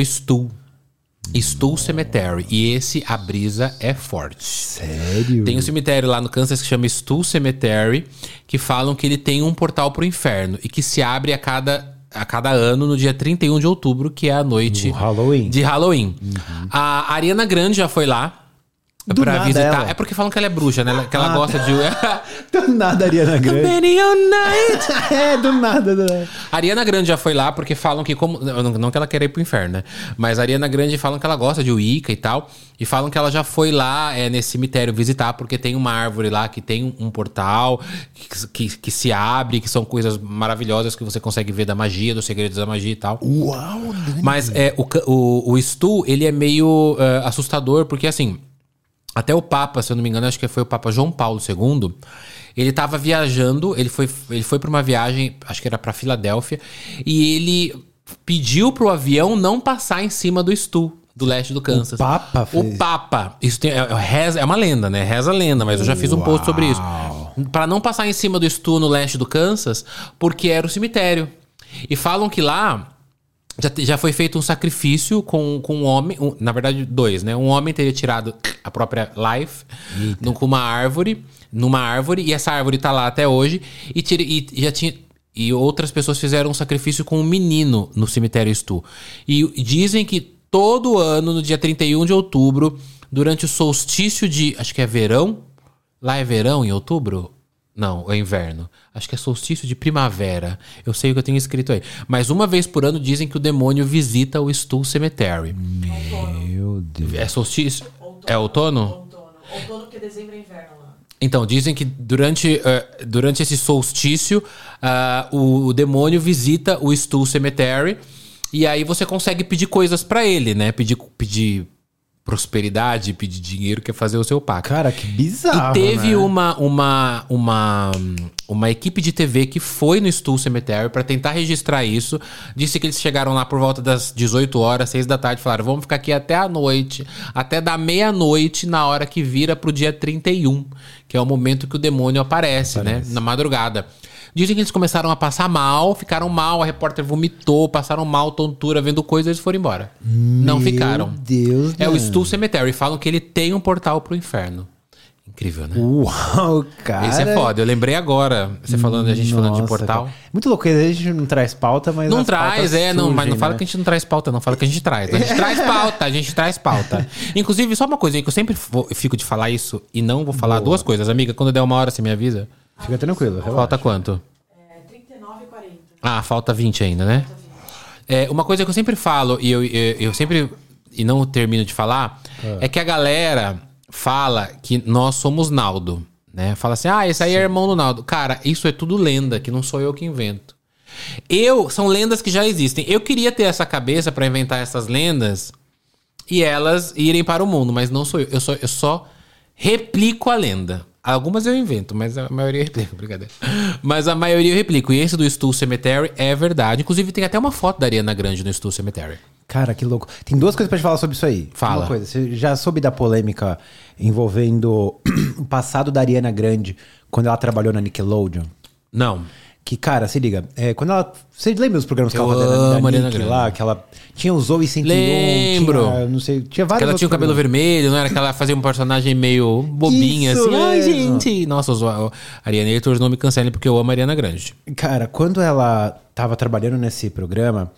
Stool Cemetery. E a brisa é forte. Sério? Tem um cemitério lá no Kansas que chama Stool Cemetery, que falam que ele tem um portal pro inferno e que se abre a cada ano no dia 31 de outubro, que é a noite Halloween. de Halloween. A Ariana Grande já foi lá. Do pra nada visitar. ela. É porque falam que ela é bruxa, né? Que ela gosta de... Do nada, Ariana Grande. Many a night. Do nada. A Ariana Grande já foi lá porque falam que como... Não que ela queira ir pro inferno, né? Mas a Ariana Grande falam que ela gosta de Wicca e tal. E falam que ela já foi lá nesse cemitério visitar porque tem uma árvore lá que tem um portal que se abre, que são coisas maravilhosas que você consegue ver da magia, dos segredos da magia e tal. Uau, Dani. Mas o Stu, ele é meio assustador porque assim... Até o Papa, se eu não me engano, acho que foi o Papa João Paulo II. Ele tava viajando, ele foi pra uma viagem, acho que era pra Filadélfia, e ele pediu pro avião não passar em cima do Stu, do leste do Kansas. O Papa fez? O Papa. Isso é uma lenda, né? Reza a lenda, mas eu já fiz um post sobre isso. Pra não passar em cima do Stu no leste do Kansas, porque era o cemitério. E falam que lá... Já foi feito um sacrifício com um homem, na verdade 2, né? Um homem teria tirado a própria life numa árvore, e essa árvore tá lá até hoje, e outras pessoas fizeram um sacrifício com um menino no cemitério Stu. E dizem que todo ano, no dia 31 de outubro, durante o solstício de, acho que é verão, lá é verão em outubro? Não, é inverno. Acho que é solstício de primavera. Eu sei o que eu tenho escrito aí. Mas uma vez por ano dizem que o demônio visita o Stu Cemetery. Meu Deus. É solstício? É outono? Outono, porque dezembro é inverno lá. Então, dizem que durante esse solstício, o demônio visita o Stu Cemetery. E aí você consegue pedir coisas pra ele, né? Pedir prosperidade, pedir dinheiro, que é fazer o seu pacto. Cara, que bizarro, E teve né? uma equipe de TV que foi no Stu Cemetery pra tentar registrar isso. Disse que eles chegaram lá por volta das 18 horas, 6 da tarde, falaram, vamos ficar aqui até a noite, até da meia-noite, na hora que vira pro dia 31, que é o momento que o demônio aparece. Né? Na madrugada. Dizem que eles começaram a passar mal, ficaram mal, a repórter vomitou, passaram mal, tontura, vendo coisas, eles foram embora. Não ficaram. Meu Deus, É o mano. Stu Cemetery. Falam que ele tem um portal pro inferno. Incrível, né? Uau, cara. Esse é foda. Eu lembrei agora, a gente falando de Nossa, portal. cara. Muito louco, a gente não traz pauta, mas Não as traz, pautas mas não surgem, fala né? que a gente não traz pauta, não. Fala que a gente traz. A gente traz pauta. Inclusive, só uma coisinha que eu sempre fico de falar isso e não vou falar duas coisas. Amiga, quando der 1 hora, você me avisa. Fica tranquilo, relaxa. Falta quanto? 39,40. Ah, falta 20 ainda, né? Uma coisa que eu sempre falo, e eu sempre e não termino de falar, é que a galera fala que nós somos Naldo, né? Fala assim, esse aí é irmão do Naldo. Cara, isso é tudo lenda, que não sou eu que invento. São lendas que já existem. Eu queria ter essa cabeça pra inventar essas lendas e elas irem para o mundo, mas não sou eu. Eu só replico a lenda. Algumas eu invento, mas a maioria eu replico, brincadeira. Mas a maioria eu replico. E esse do Stu Cemetery é verdade. Inclusive tem até uma foto da Ariana Grande no Stu Cemetery. Cara, que louco. Tem 2 coisas pra te falar sobre isso aí. Fala. Uma coisa, você já soube da polêmica envolvendo o passado da Ariana Grande quando ela trabalhou na Nickelodeon? Não. Que, cara, se liga, quando ela... Você lembra os programas que Eu ela fazia amo da Ariana Nick Grande. lá? Que ela tinha o Zoe 101, Lembro. tinha, não sei, tinha Que vários ela tinha o outros cabelo programas. vermelho, não era? Que ela fazia um personagem meio bobinha, Isso assim. Ai, mesmo. gente. Nossa, Ariana Haters não me cancelem porque eu amo a Ariana Grande. Cara, quando ela tava trabalhando nesse programa,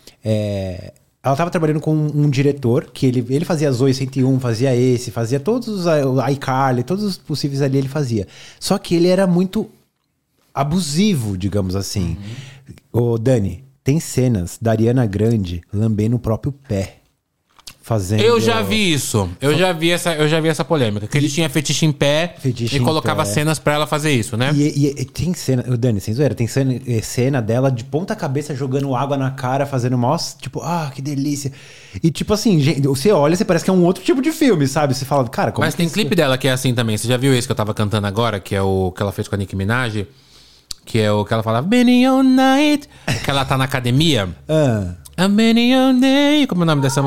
ela tava trabalhando com um diretor, que ele fazia Zoe 101, fazia esse, fazia todos os iCarly, todos os possíveis ali ele fazia. Só que ele era muito abusivo, digamos assim. Ô, Dani, tem cenas da Ariana Grande lambendo o próprio pé. Fazendo... Eu já vi isso. Eu já vi essa polêmica. Que ele tinha fetiche em pé Fetiche e em colocava pé. cenas pra ela fazer isso, né? E tem cena, Dani, sem zoeira, tem cena dela de ponta cabeça jogando água na cara, fazendo mó, tipo, que delícia. E tipo assim, gente, você olha, você parece que é um outro tipo de filme, sabe? Você fala, cara, como Mas tem clipe dela que é assim também. Você já viu esse que eu tava cantando agora? Que é o que ela fez com a Nicki Minaj? Que é o que ela falava, Benny all night. Que ela tá na academia. I'm Benny all day. Como é o nome dessa?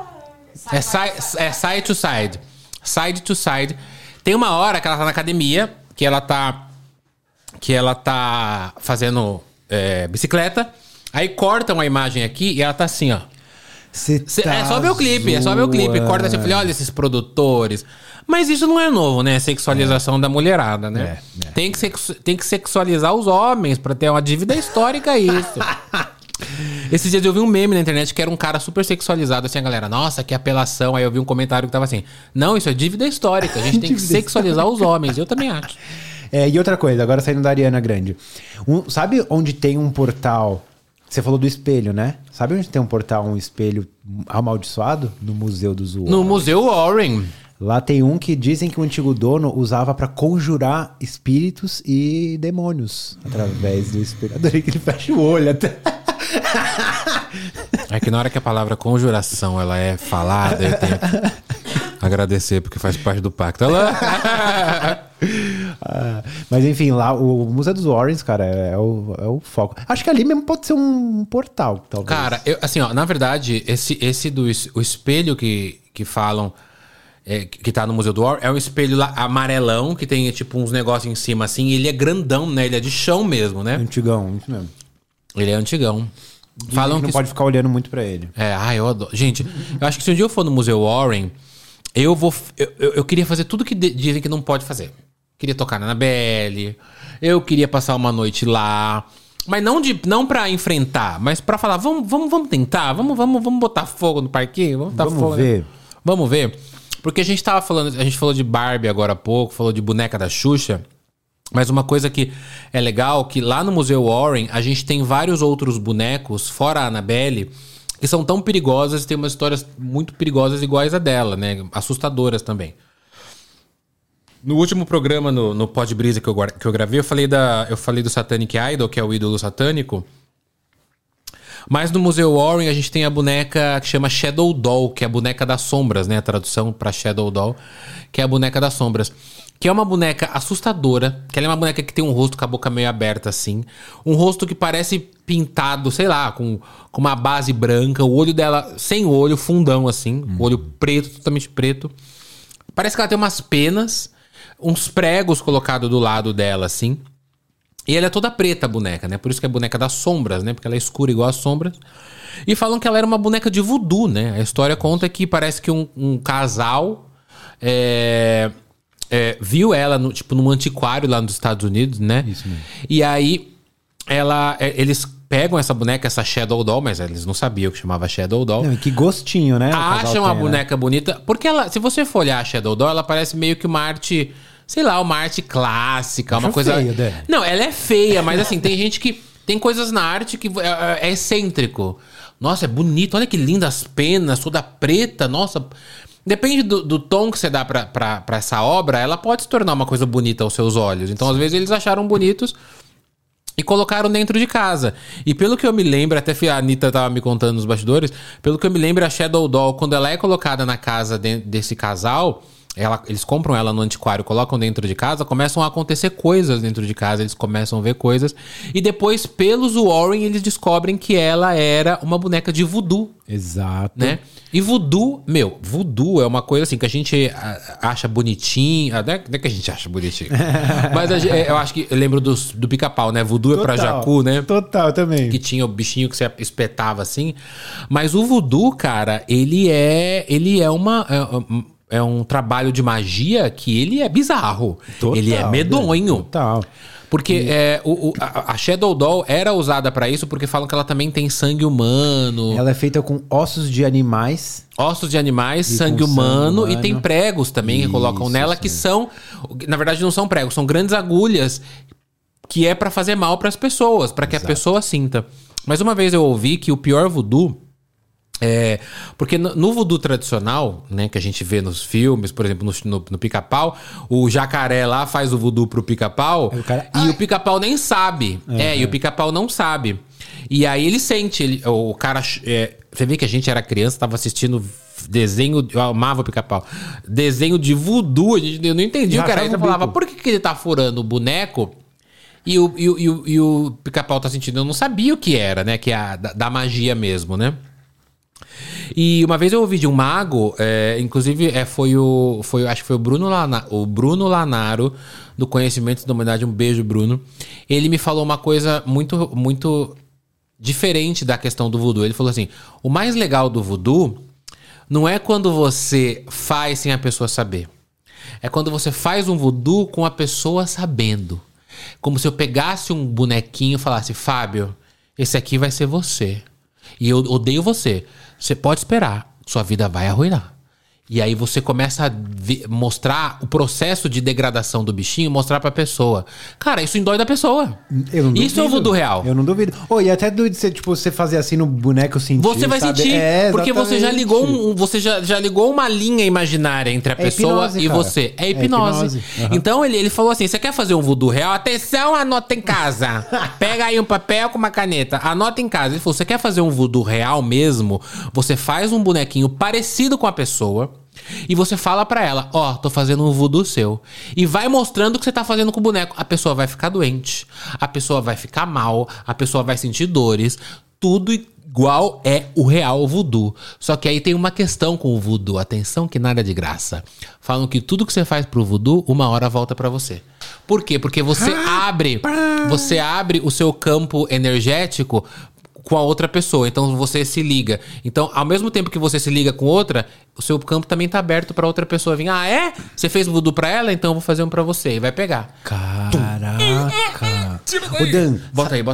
É Side to Side. Side to Side. Tem uma hora que ela tá na academia, que ela tá fazendo bicicleta. Aí cortam a imagem aqui e ela tá assim, ó. É só ver o clipe, Corta assim, eu falei, olha esses produtores. Mas isso não é novo, né? Sexualização da mulherada, né? Tem que sexualizar os homens pra ter uma dívida histórica isso. Esses dias eu vi um meme na internet que era um cara super sexualizado, assim, a galera, nossa, que apelação. Aí eu vi um comentário que tava assim, não, isso é dívida histórica, a gente tem que sexualizar os homens. Eu também acho. E outra coisa, agora saindo da Ariana Grande. Sabe onde tem um portal... Você falou do espelho, né? Sabe onde tem um portal, um espelho amaldiçoado? No Museu dos Warren. No Museu Warren. Lá tem um que dizem que o antigo dono usava pra conjurar espíritos e demônios através do espelho. Adorei que ele fecha o olho até. É que na hora que a palavra conjuração ela é falada, eu tenho que agradecer, porque faz parte do pacto. Mas enfim, lá o Museu dos Warrens, cara, é o foco. Acho que ali mesmo pode ser um portal, talvez. Cara, assim, ó, na verdade, o espelho que falam, que tá no Museu do Warren, é um espelho lá amarelão, que tem tipo uns negócios em cima assim, e ele é grandão, né? Ele é de chão mesmo, né? Antigão, isso mesmo. Ele é antigão. Falam que não pode ficar olhando muito pra ele. Eu adoro. Gente, eu acho que se um dia eu for no Museu Warren, eu queria fazer tudo que dizem que não pode fazer. Queria tocar na Annabelle, eu queria passar uma noite lá. Mas não pra enfrentar, mas pra falar, vamos tentar, vamos botar fogo no parquinho, vamos botar fogo. Ver. Vamos ver. Porque a gente falou de Barbie agora há pouco, falou de boneca da Xuxa. Mas uma coisa que é legal, que lá no Museu Warren, a gente tem vários outros bonecos, fora a Annabelle, que são tão perigosas e tem umas histórias muito perigosas iguais a dela, né? Assustadoras também. No último programa, no Pod Brisa que eu gravei, eu falei do Satanic Idol, que é o ídolo satânico. Mas no Museu Warren a gente tem a boneca que chama Shadow Doll, que é a boneca das sombras, né? A tradução pra Shadow Doll, que é a boneca das sombras. Que é uma boneca assustadora, que ela é uma boneca que tem um rosto com a boca meio aberta assim. Um rosto que parece pintado, sei lá, com uma base branca. O olho dela sem olho, fundão assim. O olho preto, totalmente preto. Parece que ela tem umas penas, uns pregos colocados do lado dela assim. E ela é toda preta, a boneca, né? Por isso que é a boneca das sombras, né? Porque ela é escura igual as sombras. E falam que ela era uma boneca de voodoo, né? A história conta que parece que um casal viu ela num antiquário lá nos Estados Unidos, né? Isso mesmo. E aí eles pegam essa boneca, essa Shadow Doll, mas eles não sabiam que chamava Shadow Doll. Não, que gostinho, né? Acham a boneca bonita. Porque ela, se você for olhar a Shadow Doll, ela parece meio que uma arte... Sei lá, uma arte clássica, uma coisa... Feio, né? Não, ela é feia, mas assim, tem gente que... Tem coisas na arte que é excêntrico. Nossa, é bonito. Olha que linda as penas, toda preta. Nossa... Depende do tom que você dá pra essa obra, ela pode se tornar uma coisa bonita aos seus olhos. Então, às vezes, eles acharam bonitos e colocaram dentro de casa. E pelo que eu me lembro, até a Anitta tava me contando nos bastidores, pelo que eu me lembro, a Shadow Doll, quando ela é colocada na casa desse casal... Eles compram ela no antiquário, colocam dentro de casa, começam a acontecer coisas dentro de casa, eles começam a ver coisas. E depois, pelos Warren, eles descobrem que ela era uma boneca de voodoo. Exato. Né? E voodoo é uma coisa assim que a gente acha bonitinho. Não é que a gente acha bonitinho. Mas eu acho que eu lembro do Pica-Pau, né? Voodoo é pra Jacu, né? Total, também. Que tinha o bichinho que você espetava assim. Mas o voodoo, cara, ele é um trabalho de magia que ele é bizarro. Total, ele é medonho. Total. Porque a Shadow Doll era usada pra isso porque falam que ela também tem sangue humano. Ela é feita com ossos de animais. Ossos de animais, sangue humano. E tem pregos também que colocam nela que são... Na verdade não são pregos, são grandes agulhas que é pra fazer mal pras pessoas, pra que a pessoa sinta. Mas uma vez eu ouvi que o pior voodoo... porque no voodoo tradicional, né, que a gente vê nos filmes, por exemplo, no Pica-Pau, o jacaré lá faz o voodoo pro Pica-Pau e o Pica-Pau nem sabe. E o Pica-Pau não sabe. E aí ele sente, o cara... você vê que a gente era criança, tava assistindo desenho... Eu amava o Pica-Pau. Desenho de voodoo, eu não entendi. O cara aí falava, por que ele tá furando o boneco... E o Pica-Pau tá sentindo? Eu não sabia o que era, né, que é da magia mesmo, né? E uma vez eu ouvi de um mago, inclusive acho que foi o Bruno Lanaro, do Conhecimentos da Humanidade, um beijo, Bruno. Ele me falou uma coisa muito, muito diferente da questão do voodoo. Ele falou assim, o mais legal do voodoo não é quando você faz sem a pessoa saber. É quando você faz um voodoo com a pessoa sabendo. Como se eu pegasse um bonequinho e falasse, Fábio, esse aqui vai ser você. E eu odeio você. Você pode esperar. Sua vida vai arruinar. E aí você começa a mostrar o processo de degradação do bichinho, mostrar pra pessoa. Cara, isso indói da pessoa. Eu não duvido. Isso é o voodoo real. Eu não duvido. E até de você, tipo, você fazer assim no boneco sentir. Você vai sabe? sentir, porque você já exatamente. ligou você já ligou uma linha imaginária entre a pessoa hipnose, e cara. você. É hipnose. Uhum. Então ele falou assim: você quer fazer um voodoo real? Atenção, anota em casa. Pega aí um papel com uma caneta, anota em casa. Ele falou: você quer fazer um voodoo real mesmo? Você faz um bonequinho parecido com a pessoa. E você fala pra ela, tô fazendo um voodoo seu. E vai mostrando o que você tá fazendo com o boneco. A pessoa vai ficar doente, a pessoa vai ficar mal, a pessoa vai sentir dores. Tudo igual é o real voodoo. Só que aí tem uma questão com o voodoo. Atenção que nada é de graça. Falam que tudo que você faz pro voodoo, uma hora volta pra você. Por quê? Porque você abre o seu campo energético com a outra pessoa, então você se liga. Então, ao mesmo tempo que você se liga com outra, o seu campo também tá aberto pra outra pessoa vir. Ah, é? Você fez voodoo pra ela? Então eu vou fazer um pra você. E vai pegar. Caraca. O Dan, Bota aí.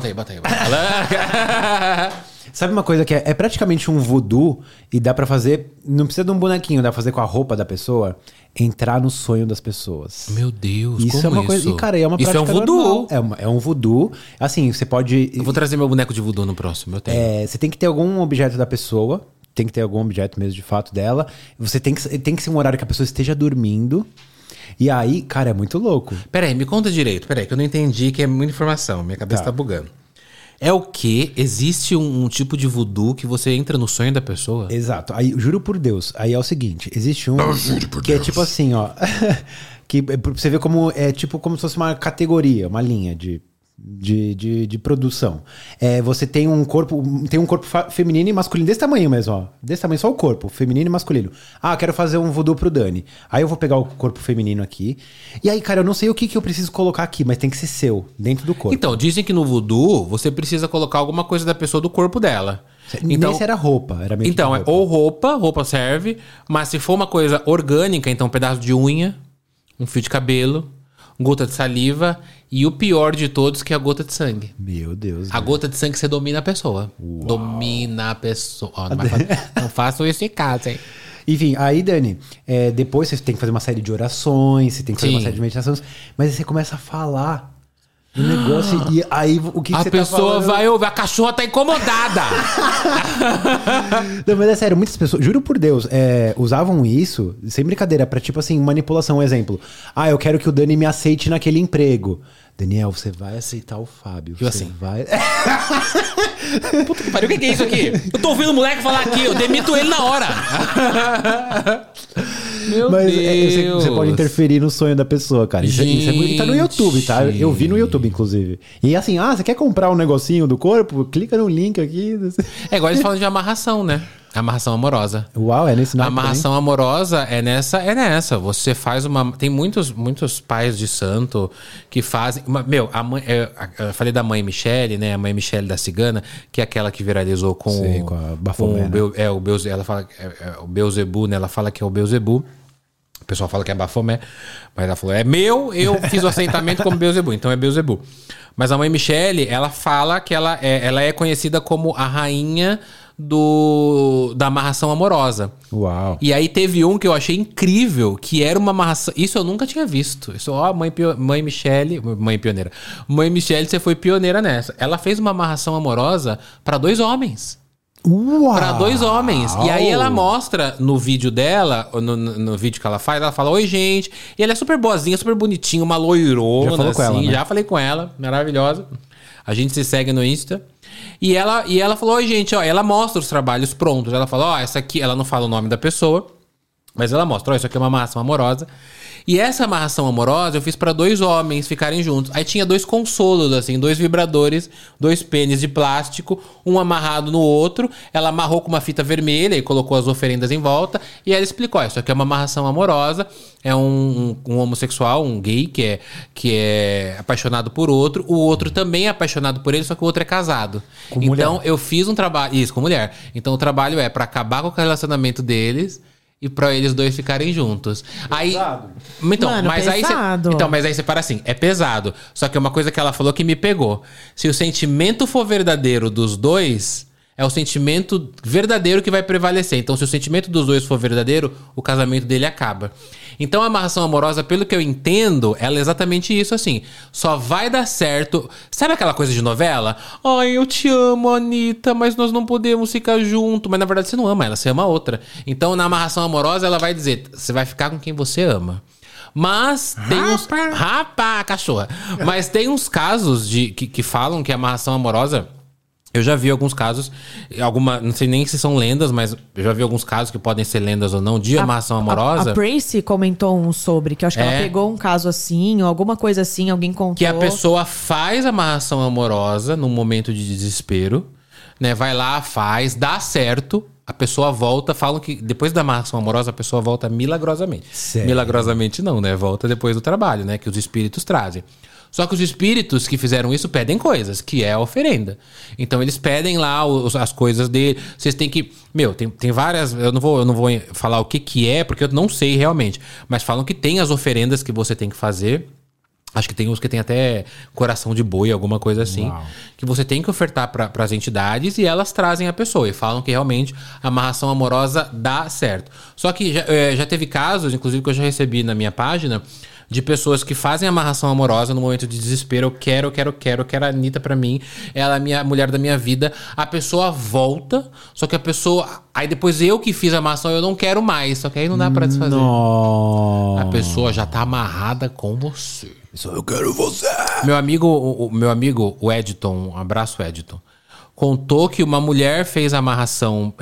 sabe uma coisa que é praticamente um voodoo e dá pra fazer, não precisa de um bonequinho, dá pra fazer com a roupa da pessoa, entrar no sonho das pessoas. Meu Deus, Isso como é uma coisa, e cara, é uma isso prática é um voodoo. normal. É um voodoo. Assim, você pode... Eu vou trazer meu boneco de voodoo no próximo, eu tenho. Você tem que ter algum objeto da pessoa, tem que ter algum objeto mesmo de fato dela. Você tem que ser um horário que a pessoa esteja dormindo. E aí, cara, é muito louco. Peraí, me conta direito. Peraí, que eu não entendi, que é muita informação. Minha cabeça tá bugando. É o quê? Existe um tipo de voodoo que você entra no sonho da pessoa? Exato. Aí, juro por Deus, aí é o seguinte, existe um que é tipo assim, ó. Que pra você ver como é tipo como se fosse uma categoria, uma linha de produção. Você tem um corpo feminino e masculino desse tamanho mesmo, ó. Desse tamanho, só o corpo, feminino e masculino. Ah, quero fazer um voodoo pro Dani. Aí eu vou pegar o corpo feminino aqui. E aí, cara, eu não sei o que eu preciso colocar aqui, mas tem que ser seu, dentro do corpo. Então, dizem que no voodoo você precisa colocar alguma coisa da pessoa do corpo dela. Então, nesse era roupa, era meio então que ou roupa serve, mas se for uma coisa orgânica, então um pedaço de unha, um fio de cabelo, gota de saliva e o pior de todos, que é a gota de sangue. Meu Deus. A gota de sangue você domina a pessoa. Uau. Domina a pessoa. Não façam isso em casa, hein? Enfim, aí, Dani, depois você tem que fazer uma série de orações, você tem que fazer uma série de meditações, mas aí você começa a falar um negócio e aí o que a você pessoa tá falando... vai ouvir, a cachorra tá incomodada. Não, mas é sério, muitas pessoas, juro por Deus, usavam isso, sem brincadeira, pra tipo assim, manipulação. Um exemplo. Eu quero que o Dani me aceite naquele emprego. Daniel, você vai aceitar o Fábio. Eu você assim. vai... Puta que pariu, o que é isso aqui? Eu tô ouvindo o moleque falar aqui, eu demito ele na hora. Meu Mas Deus. você pode interferir no sonho da pessoa, cara. Isso tá no YouTube, tá? Eu vi no YouTube, inclusive. E assim, você quer comprar um negocinho do corpo? Clica no link aqui. É igual eles falam de amarração, né? Amarração amorosa. Uau, é nesse nome. Amarração amorosa é nessa. Você faz uma... Tem muitos pais de santo que fazem... a mãe... Eu falei da mãe Michele, né? A mãe Michele da Cigana, que é aquela que viralizou com... Sei, com a Bafomé, ela fala... o Beelzebub, né? Ela fala que é o Beelzebub. O pessoal fala que é Bafomé. Mas ela falou, é meu, eu fiz o assentamento como Beelzebub. Então é Beelzebub. Mas a mãe Michele, ela fala que ela é conhecida como a rainha da amarração amorosa. Uau. E aí teve um que eu achei incrível, que era uma amarração... Isso eu nunca tinha visto. Isso, mãe Michele... Mãe pioneira. Mãe Michele, você foi pioneira nessa. Ela fez uma amarração amorosa para 2 homens. Uau. Para 2 homens. E aí ela mostra no vídeo dela, no vídeo que ela faz, ela fala, oi, gente. E ela é super boazinha, super bonitinha, uma loirona. Já falou com ela, né? Já falei com ela, maravilhosa. A gente se segue no Insta. E ela falou, oi, gente, ela mostra os trabalhos prontos. Ela falou, essa aqui, ela não fala o nome da pessoa, mas ela mostra, isso aqui é uma amarração amorosa. E essa amarração amorosa eu fiz pra 2 homens ficarem juntos. Aí tinha 2 consolos, assim, 2 vibradores, 2 pênis de plástico, um amarrado no outro. Ela amarrou com uma fita vermelha e colocou as oferendas em volta. E ela explicou, isso aqui é uma amarração amorosa. É um homossexual, um gay, que é apaixonado por outro. O outro também é apaixonado por ele, só que o outro é casado. Então eu fiz um trabalho... Isso, com mulher. Então o trabalho é pra acabar com o relacionamento deles... E pra eles 2 ficarem juntos. Pesado. Aí, então, Mano, mas aí você para assim, é pesado. Só que é uma coisa que ela falou que me pegou. Se o sentimento for verdadeiro dos 2, É o sentimento verdadeiro que vai prevalecer. Então, se o sentimento dos dois for verdadeiro, o casamento dele acaba. Então, a amarração amorosa, pelo que eu entendo, ela é exatamente isso, assim. Só vai dar certo... Sabe aquela coisa de novela? Ai, eu te amo, Anitta, mas nós não podemos ficar juntos. Mas, na verdade, você não ama ela, você ama outra. Então, na amarração amorosa, ela vai dizer... Você vai ficar com quem você ama. Mas tem uns... Rapá, cachorra! Mas tem uns casos que falam que a amarração amorosa... Eu já vi alguns casos, não sei nem se são lendas, mas eu já vi alguns casos que podem ser lendas ou não, de amarração amorosa. A Tracy comentou um sobre, que eu acho que ela pegou um caso assim, ou alguma coisa assim, alguém contou. Que a pessoa faz amarração amorosa num momento de desespero, né? Vai lá, faz, dá certo, a pessoa volta, falam que depois da amarração amorosa a pessoa volta milagrosamente. Sério? Milagrosamente não, né? Volta depois do trabalho, né? Que os espíritos trazem. Só que os espíritos que fizeram isso pedem coisas, que é a oferenda. Então eles pedem lá as coisas dele. Vocês têm que... tem várias... Eu não vou falar o que é, porque eu não sei realmente. Mas falam que tem as oferendas que você tem que fazer. Acho que tem uns que tem até coração de boi, alguma coisa assim. Uau. Que você tem que ofertar para as entidades e elas trazem a pessoa. E falam que realmente a amarração amorosa dá certo. Só que já teve casos, inclusive que eu já recebi na minha página... de pessoas que fazem amarração amorosa no momento de desespero. Eu quero a Anitta pra mim. Ela é a minha mulher da minha vida. A pessoa volta, só que a pessoa... Aí depois eu que fiz a amarração, eu não quero mais. Só que aí não dá pra desfazer. Nossa. A pessoa já tá amarrada com você. Só eu quero você. Meu amigo, o Editon, um abraço, Editon, contou que uma mulher fez a amarração...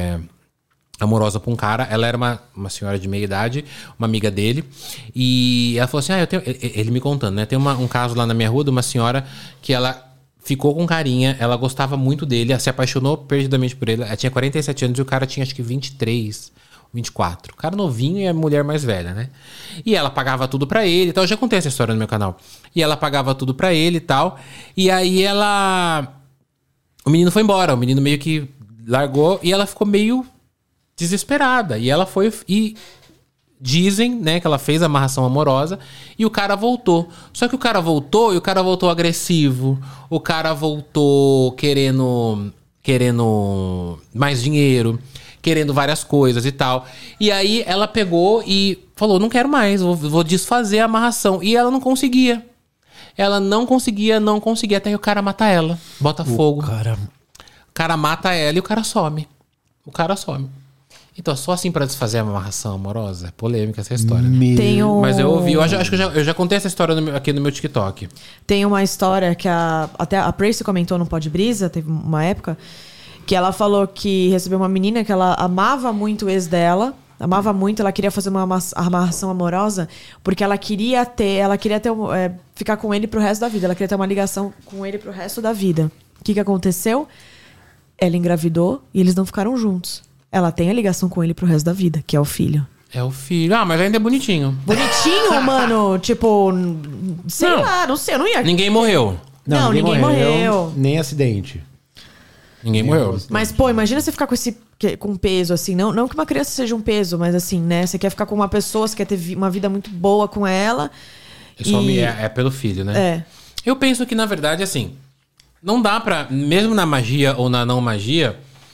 amorosa pra um cara. Ela era uma senhora de meia idade, uma amiga dele, e ela falou assim, ele me contando, né, tem um caso lá na minha rua de uma senhora que ela ficou com carinha, ela gostava muito dele, ela se apaixonou perdidamente por ele, ela tinha 47 anos e o cara tinha acho que 23, 24, o cara novinho e a mulher mais velha, né, e ela pagava tudo pra ele, então eu já contei essa história no meu canal, e ela pagava tudo pra ele e tal, e aí o menino foi embora, o menino meio que largou, e ela ficou meio desesperada. E ela foi... E dizem, né, que ela fez a amarração amorosa e o cara voltou. Só que o cara voltou e o cara voltou agressivo. O cara voltou querendo mais dinheiro, querendo várias coisas e tal. E aí ela pegou e falou, não quero mais, vou desfazer a amarração. E ela não conseguia. Ela não conseguia, até que o cara mata ela. Bota fogo. O cara mata ela e o cara some. Então, só assim pra desfazer a amarração amorosa? É polêmica essa história. Né? Mas eu ouvi, acho que eu já contei essa história aqui no meu TikTok. Tem uma história que até a Tracy comentou no Pod Brisa, teve uma época, que ela falou que recebeu uma menina que ela amava muito o ex dela, ela queria fazer uma amarração amorosa, porque ela queria ficar com ele pro resto da vida, ela queria ter uma ligação com ele pro resto da vida. O que aconteceu? Ela engravidou e eles não ficaram juntos. Ela tem a ligação com ele pro resto da vida, que é o filho. É o filho. Ah, mas ainda é bonitinho. Bonitinho, mano? Tipo, sei lá, não sei, eu não ia... Ninguém morreu. Não, ninguém morreu. Nem acidente. Ninguém morreu. Mas, pô, imagina você ficar com peso, assim. Não que uma criança seja um peso, mas assim, né? Você quer ficar com uma pessoa, você quer ter uma vida muito boa com ela. É pelo filho, né? É. Eu penso que, na verdade, assim... Não dá pra... Mesmo na magia ou na não magia...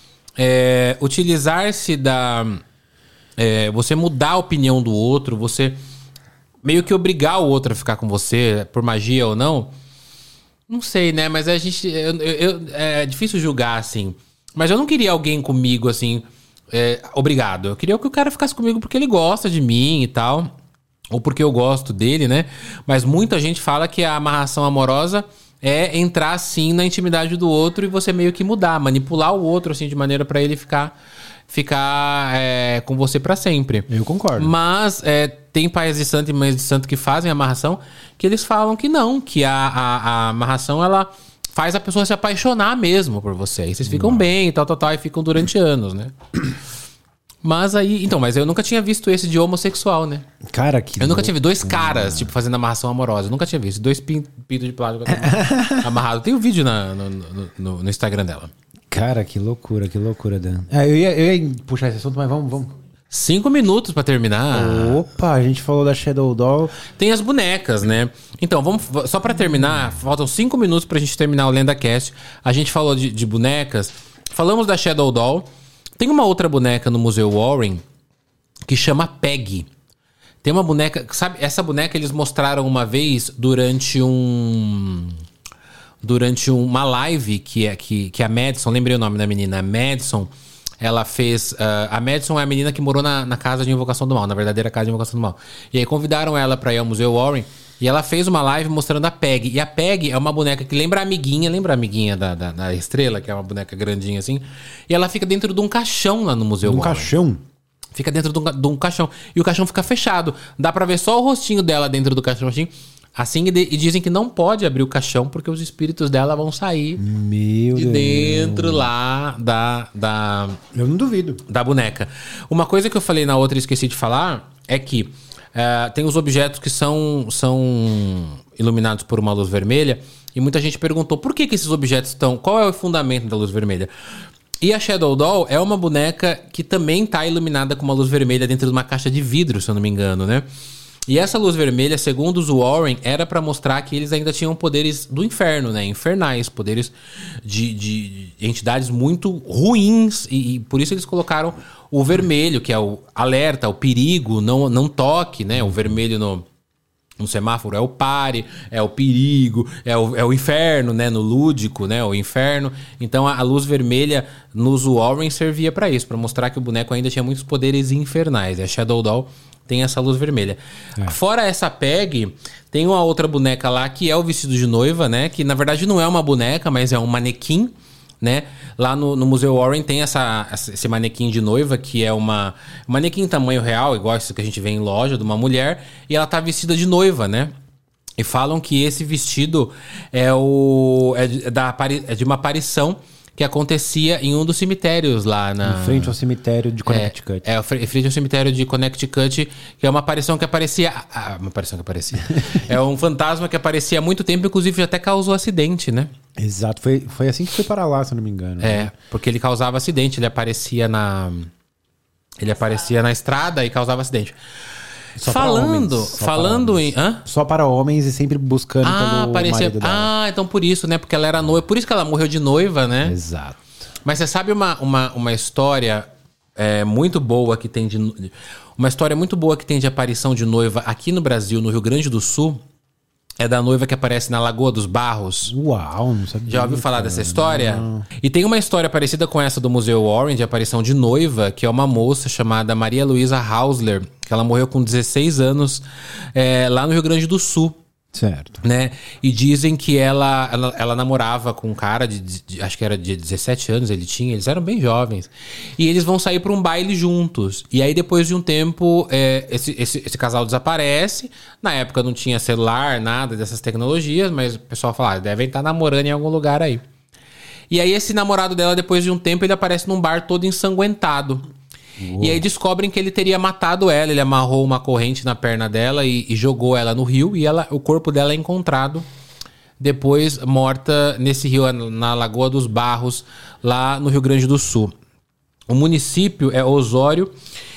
utilizar-se da... você mudar a opinião do outro, você meio que obrigar o outro a ficar com você, por magia ou não. Não sei, né? Mas a gente... é difícil julgar, assim. Mas eu não queria alguém comigo, assim... obrigado. Eu queria que o cara ficasse comigo porque ele gosta de mim e tal. Ou porque eu gosto dele, né? Mas muita gente fala que a amarração amorosa... é entrar, assim, na intimidade do outro e você meio que mudar, manipular o outro, assim, de maneira pra ele ficar com você pra sempre. Eu concordo. Mas tem pais de santo e mães de santo que fazem amarração, que eles falam que não, que a amarração, ela faz a pessoa se apaixonar mesmo por você. E vocês ficam bem, tal, e ficam durante anos, né? Mas aí... Então, mas eu nunca tinha visto esse de homossexual, né? Cara, que... Eu nunca tive dois caras, tipo, fazendo amarração amorosa. Eu nunca tinha visto. 2 pintos de plástico amarrado. Tem um vídeo no Instagram dela. Cara, que loucura, Dan. Eu ia puxar esse assunto, mas vamos. 5 minutos pra terminar. Opa, a gente falou da Shadow Doll. Tem as bonecas, né? Então, vamos só pra terminar, faltam 5 minutos pra gente terminar o LendaCast. A gente falou de bonecas... Falamos da Shadow Doll. Tem uma outra boneca no Museu Warren que chama Peggy. Tem uma boneca... Sabe, essa boneca eles mostraram uma vez durante uma live que a Madison... Lembrei o nome da menina. A Madison, ela fez... a Madison é a menina que morou na casa de Invocação do Mal. Na verdadeira casa de Invocação do Mal. E aí convidaram ela pra ir ao Museu Warren. E ela fez uma live mostrando a Peggy. E a Peggy é uma boneca que lembra a amiguinha. Lembra a amiguinha da Estrela? Que é uma boneca grandinha assim. E ela fica dentro de um caixão lá no Museu Warren. caixão? Fica dentro de um caixão. E o caixão fica fechado. Dá pra ver só o rostinho dela dentro do caixão assim. E dizem que não pode abrir o caixão porque os espíritos dela vão sair de dentro lá da... Eu não duvido. Da boneca. Uma coisa que eu falei na outra e esqueci de falar é que tem os objetos que são iluminados por uma luz vermelha. E muita gente perguntou por que esses objetos estão... Qual é o fundamento da luz vermelha? E a Shadow Doll é uma boneca que também está iluminada com uma luz vermelha dentro de uma caixa de vidro, se eu não me engano, né? E essa luz vermelha, segundo os Warren, era para mostrar que eles ainda tinham poderes do inferno, né? Infernais, poderes de entidades muito ruins. E por isso eles colocaram o vermelho, que é o alerta, o perigo, não toque, né? O vermelho no semáforo é o pare, é o perigo, é o inferno, né? No lúdico, né? O inferno. Então a luz vermelha nos Warren servia para isso, para mostrar que o boneco ainda tinha muitos poderes infernais. A Shadow Doll tem essa luz vermelha. Fora essa Peggy, tem uma outra boneca lá que é o vestido de noiva, né? Que na verdade não é uma boneca, mas é um manequim, né? Lá no Museu Warren tem esse manequim de noiva, que é um manequim em tamanho real, igual esse que a gente vê em loja, de uma mulher, e ela tá vestida de noiva, né? E falam que esse vestido é de uma aparição que acontecia em um dos cemitérios lá Em frente ao cemitério de Connecticut. Em frente ao cemitério de Connecticut, que é uma aparição que aparecia... uma aparição que aparecia. É um fantasma que aparecia há muito tempo, inclusive até causou acidente, né? Exato, foi assim que foi para lá, se eu não me engano. É, porque ele causava acidente, ele aparecia na estrada e causava acidente. Só Falando em... Hã? Só para homens e sempre buscando pelo marido dela. Então por isso, né? Porque ela era noiva. Por isso que ela morreu de noiva, né? Exato. Mas você sabe uma história muito boa que tem uma história muito boa que tem de aparição de noiva aqui no Brasil, no Rio Grande do Sul? É da noiva que aparece na Lagoa dos Barros. Uau, não sabia. Já ouviu falar dessa história? Não. E tem uma história parecida com essa do Museu Warren, de aparição de noiva, que é uma moça chamada Maria Luísa Hausler, que ela morreu com 16 anos lá no Rio Grande do Sul. Certo. Né? E dizem que ela namorava com um cara acho que era de 17 anos eles eram bem jovens. E eles vão sair para um baile juntos. E aí depois de um tempo, esse casal desaparece. Na época não tinha celular, nada dessas tecnologias, mas o pessoal fala, devem estar namorando em algum lugar aí. E aí esse namorado dela, depois de um tempo, ele aparece num bar todo ensanguentado. Uou. E aí descobrem que ele teria matado ela. Ele amarrou uma corrente na perna dela e jogou ela no rio. E o corpo dela é encontrado depois morta nesse rio, na Lagoa dos Barros, lá no Rio Grande do Sul. O município é Osório,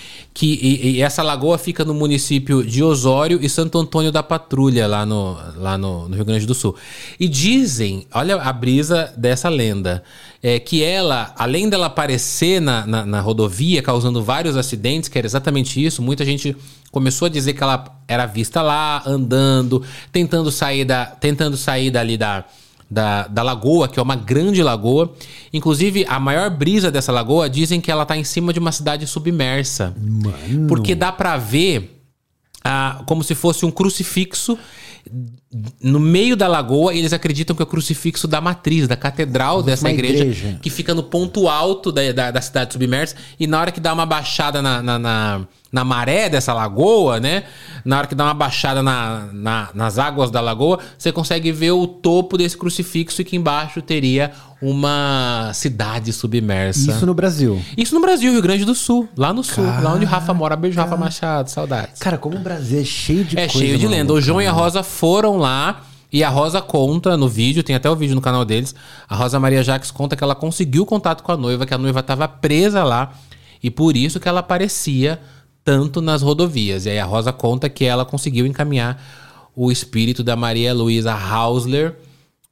e essa lagoa fica no município de Osório e Santo Antônio da Patrulha, lá no Rio Grande do Sul. E dizem, olha a brisa dessa lenda, que ela, além dela aparecer na rodovia, causando vários acidentes, que era exatamente isso, muita gente começou a dizer que ela era vista lá, andando, tentando sair dali da lagoa, que é uma grande lagoa. Inclusive, a maior brisa dessa lagoa, dizem que ela tá em cima de uma cidade submersa. Mano. Porque dá pra ver como se fosse um crucifixo no meio da lagoa, e eles acreditam que é o crucifixo da matriz, da catedral dessa igreja, que fica no ponto alto da cidade submersa, e na hora que dá uma baixada na maré dessa lagoa, né? Na hora que dá uma baixada nas águas da lagoa, você consegue ver o topo desse crucifixo, e que embaixo teria uma cidade submersa. Isso no Brasil? Isso no Brasil, Rio Grande do Sul. Lá no sul, lá onde o Rafa mora. Beijo, Rafa Machado, saudades. Cara, como o Brasil é cheio de coisa. É cheio de lenda. O João e a Rosa foram lá, e a Rosa conta no vídeo, tem até o vídeo no canal deles, a Rosa Maria Jacques conta que ela conseguiu contato com a noiva, que a noiva estava presa lá, e por isso que ela aparecia tanto nas rodovias. E aí a Rosa conta que ela conseguiu encaminhar o espírito da Maria Luísa Hausler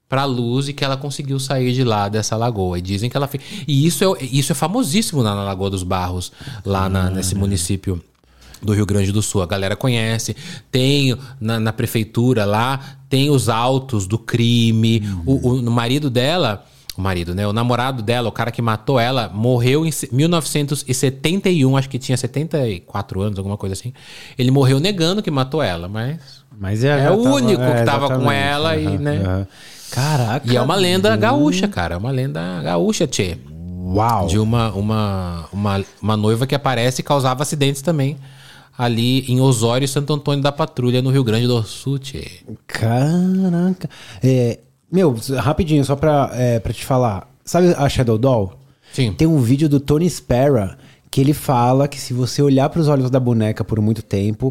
pra luz e que ela conseguiu sair de lá dessa lagoa. E dizem que ela fez... E isso é famosíssimo na Lagoa dos Barros, lá nesse município do Rio Grande do Sul. A galera conhece. Tem na prefeitura lá, tem os autos do crime. O marido dela... O marido, né? O namorado dela, o cara que matou ela, morreu em 1971, acho que tinha 74 anos, alguma coisa assim. Ele morreu negando que matou ela, mas é o único que tava com ela e, né? Caraca. E é uma lenda gaúcha, cara. É uma lenda gaúcha, tchê. Uau. De uma noiva que aparece e causava acidentes também. Ali em Osório e Santo Antônio da Patrulha, no Rio Grande do Sul, tchê. Caraca. Meu, rapidinho, só pra te falar. Sabe a Shadow Doll? Sim. Tem um vídeo do Tony Sparrow que ele fala que se você olhar pros olhos da boneca por muito tempo...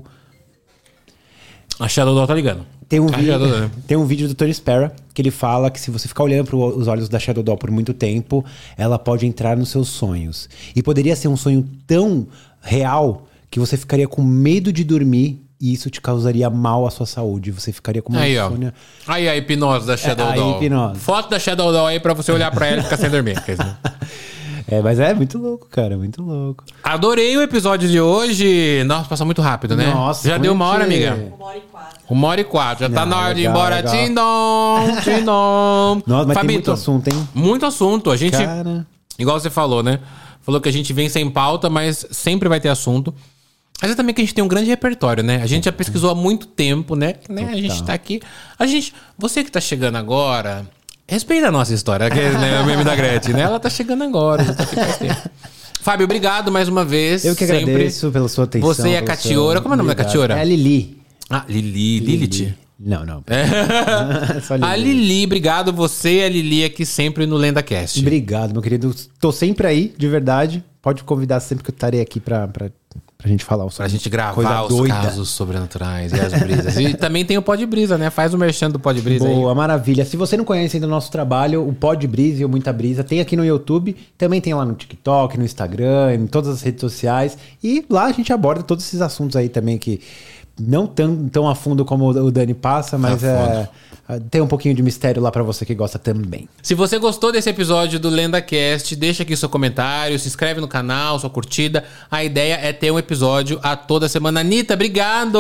A Shadow Doll tá ligando. Tem um vídeo do Tony Sparrow que ele fala que se você ficar olhando pros olhos da Shadow Doll por muito tempo, ela pode entrar nos seus sonhos. E poderia ser um sonho tão real que você ficaria com medo de dormir e isso te causaria mal à sua saúde. Você ficaria com uma insônia. Aí a hipnose da Shadow Doll. Hipnose. Foto da Shadow Doll aí pra você olhar pra ela e ficar sem dormir. Mas é muito louco, cara. Muito louco. Adorei o episódio de hoje. Nossa, passou muito rápido, né? Nossa, já deu uma hora, amiga? 1h04. Já tá na hora de ir embora. Legal. Tindom. Nossa, mas Fabito, tem muito assunto, hein? Muito assunto. A gente, Cara. igual você falou, né? Falou que a gente vem sem pauta, mas sempre vai ter assunto. Mas é também que a gente tem um grande repertório, né? A gente já pesquisou há muito tempo, né? A gente tá aqui. Você que tá chegando agora, respeita a nossa história, que é o meme da Gretchen, né? Ela tá chegando agora, já tá aqui faz tempo. Fábio, obrigado mais uma vez. Eu que agradeço pela sua atenção. Você e a Catiora. Como é o nome da Catiora? É a Lili. Ah, Lilith. Não. Só A Lili, obrigado. Você e a Lili aqui sempre no LendaCast. Obrigado, meu querido. Tô sempre aí, de verdade. Pode convidar sempre que eu estarei aqui pra gente falar. Pra gente gravar os casos sobrenaturais e as brisas. E também tem o Pod Brisa, né? Faz o merchan do Pod Brisa aí. Boa, maravilha. Se você não conhece ainda o nosso trabalho, o Pod Brisa e o Muita Brisa, tem aqui no YouTube, também tem lá no TikTok, no Instagram, em todas as redes sociais. E lá a gente aborda todos esses assuntos aí também que não tão a fundo como o Dani passa, mas tem um pouquinho de mistério lá pra você que gosta também. Se você gostou desse episódio do LendaCast, deixa aqui seu comentário, se inscreve no canal, sua curtida. A ideia é ter um episódio a toda semana. Anitta, obrigado!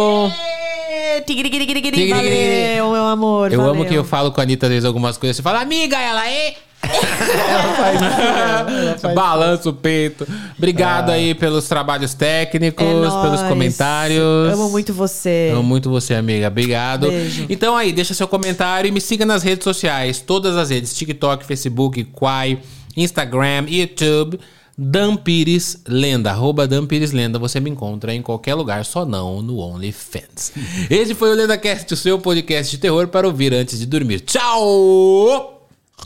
Valeu, meu amor. Eu amo que eu falo com a Anitta às vezes algumas coisas. Você fala, amiga, ela é... Ela faz Balança o peito. Obrigado aí pelos trabalhos técnicos, pelos comentários. Amo muito você. Amo muito você, amiga. Obrigado. Beijo. Então aí, deixa seu comentário e me siga nas redes sociais. Todas as redes. TikTok, Facebook, Quai, Instagram, YouTube. Dampires Lenda, @Dampires Lenda. Você me encontra em qualquer lugar, só não no OnlyFans. Esse foi o LendaCast, o seu podcast de terror para ouvir antes de dormir. Tchau!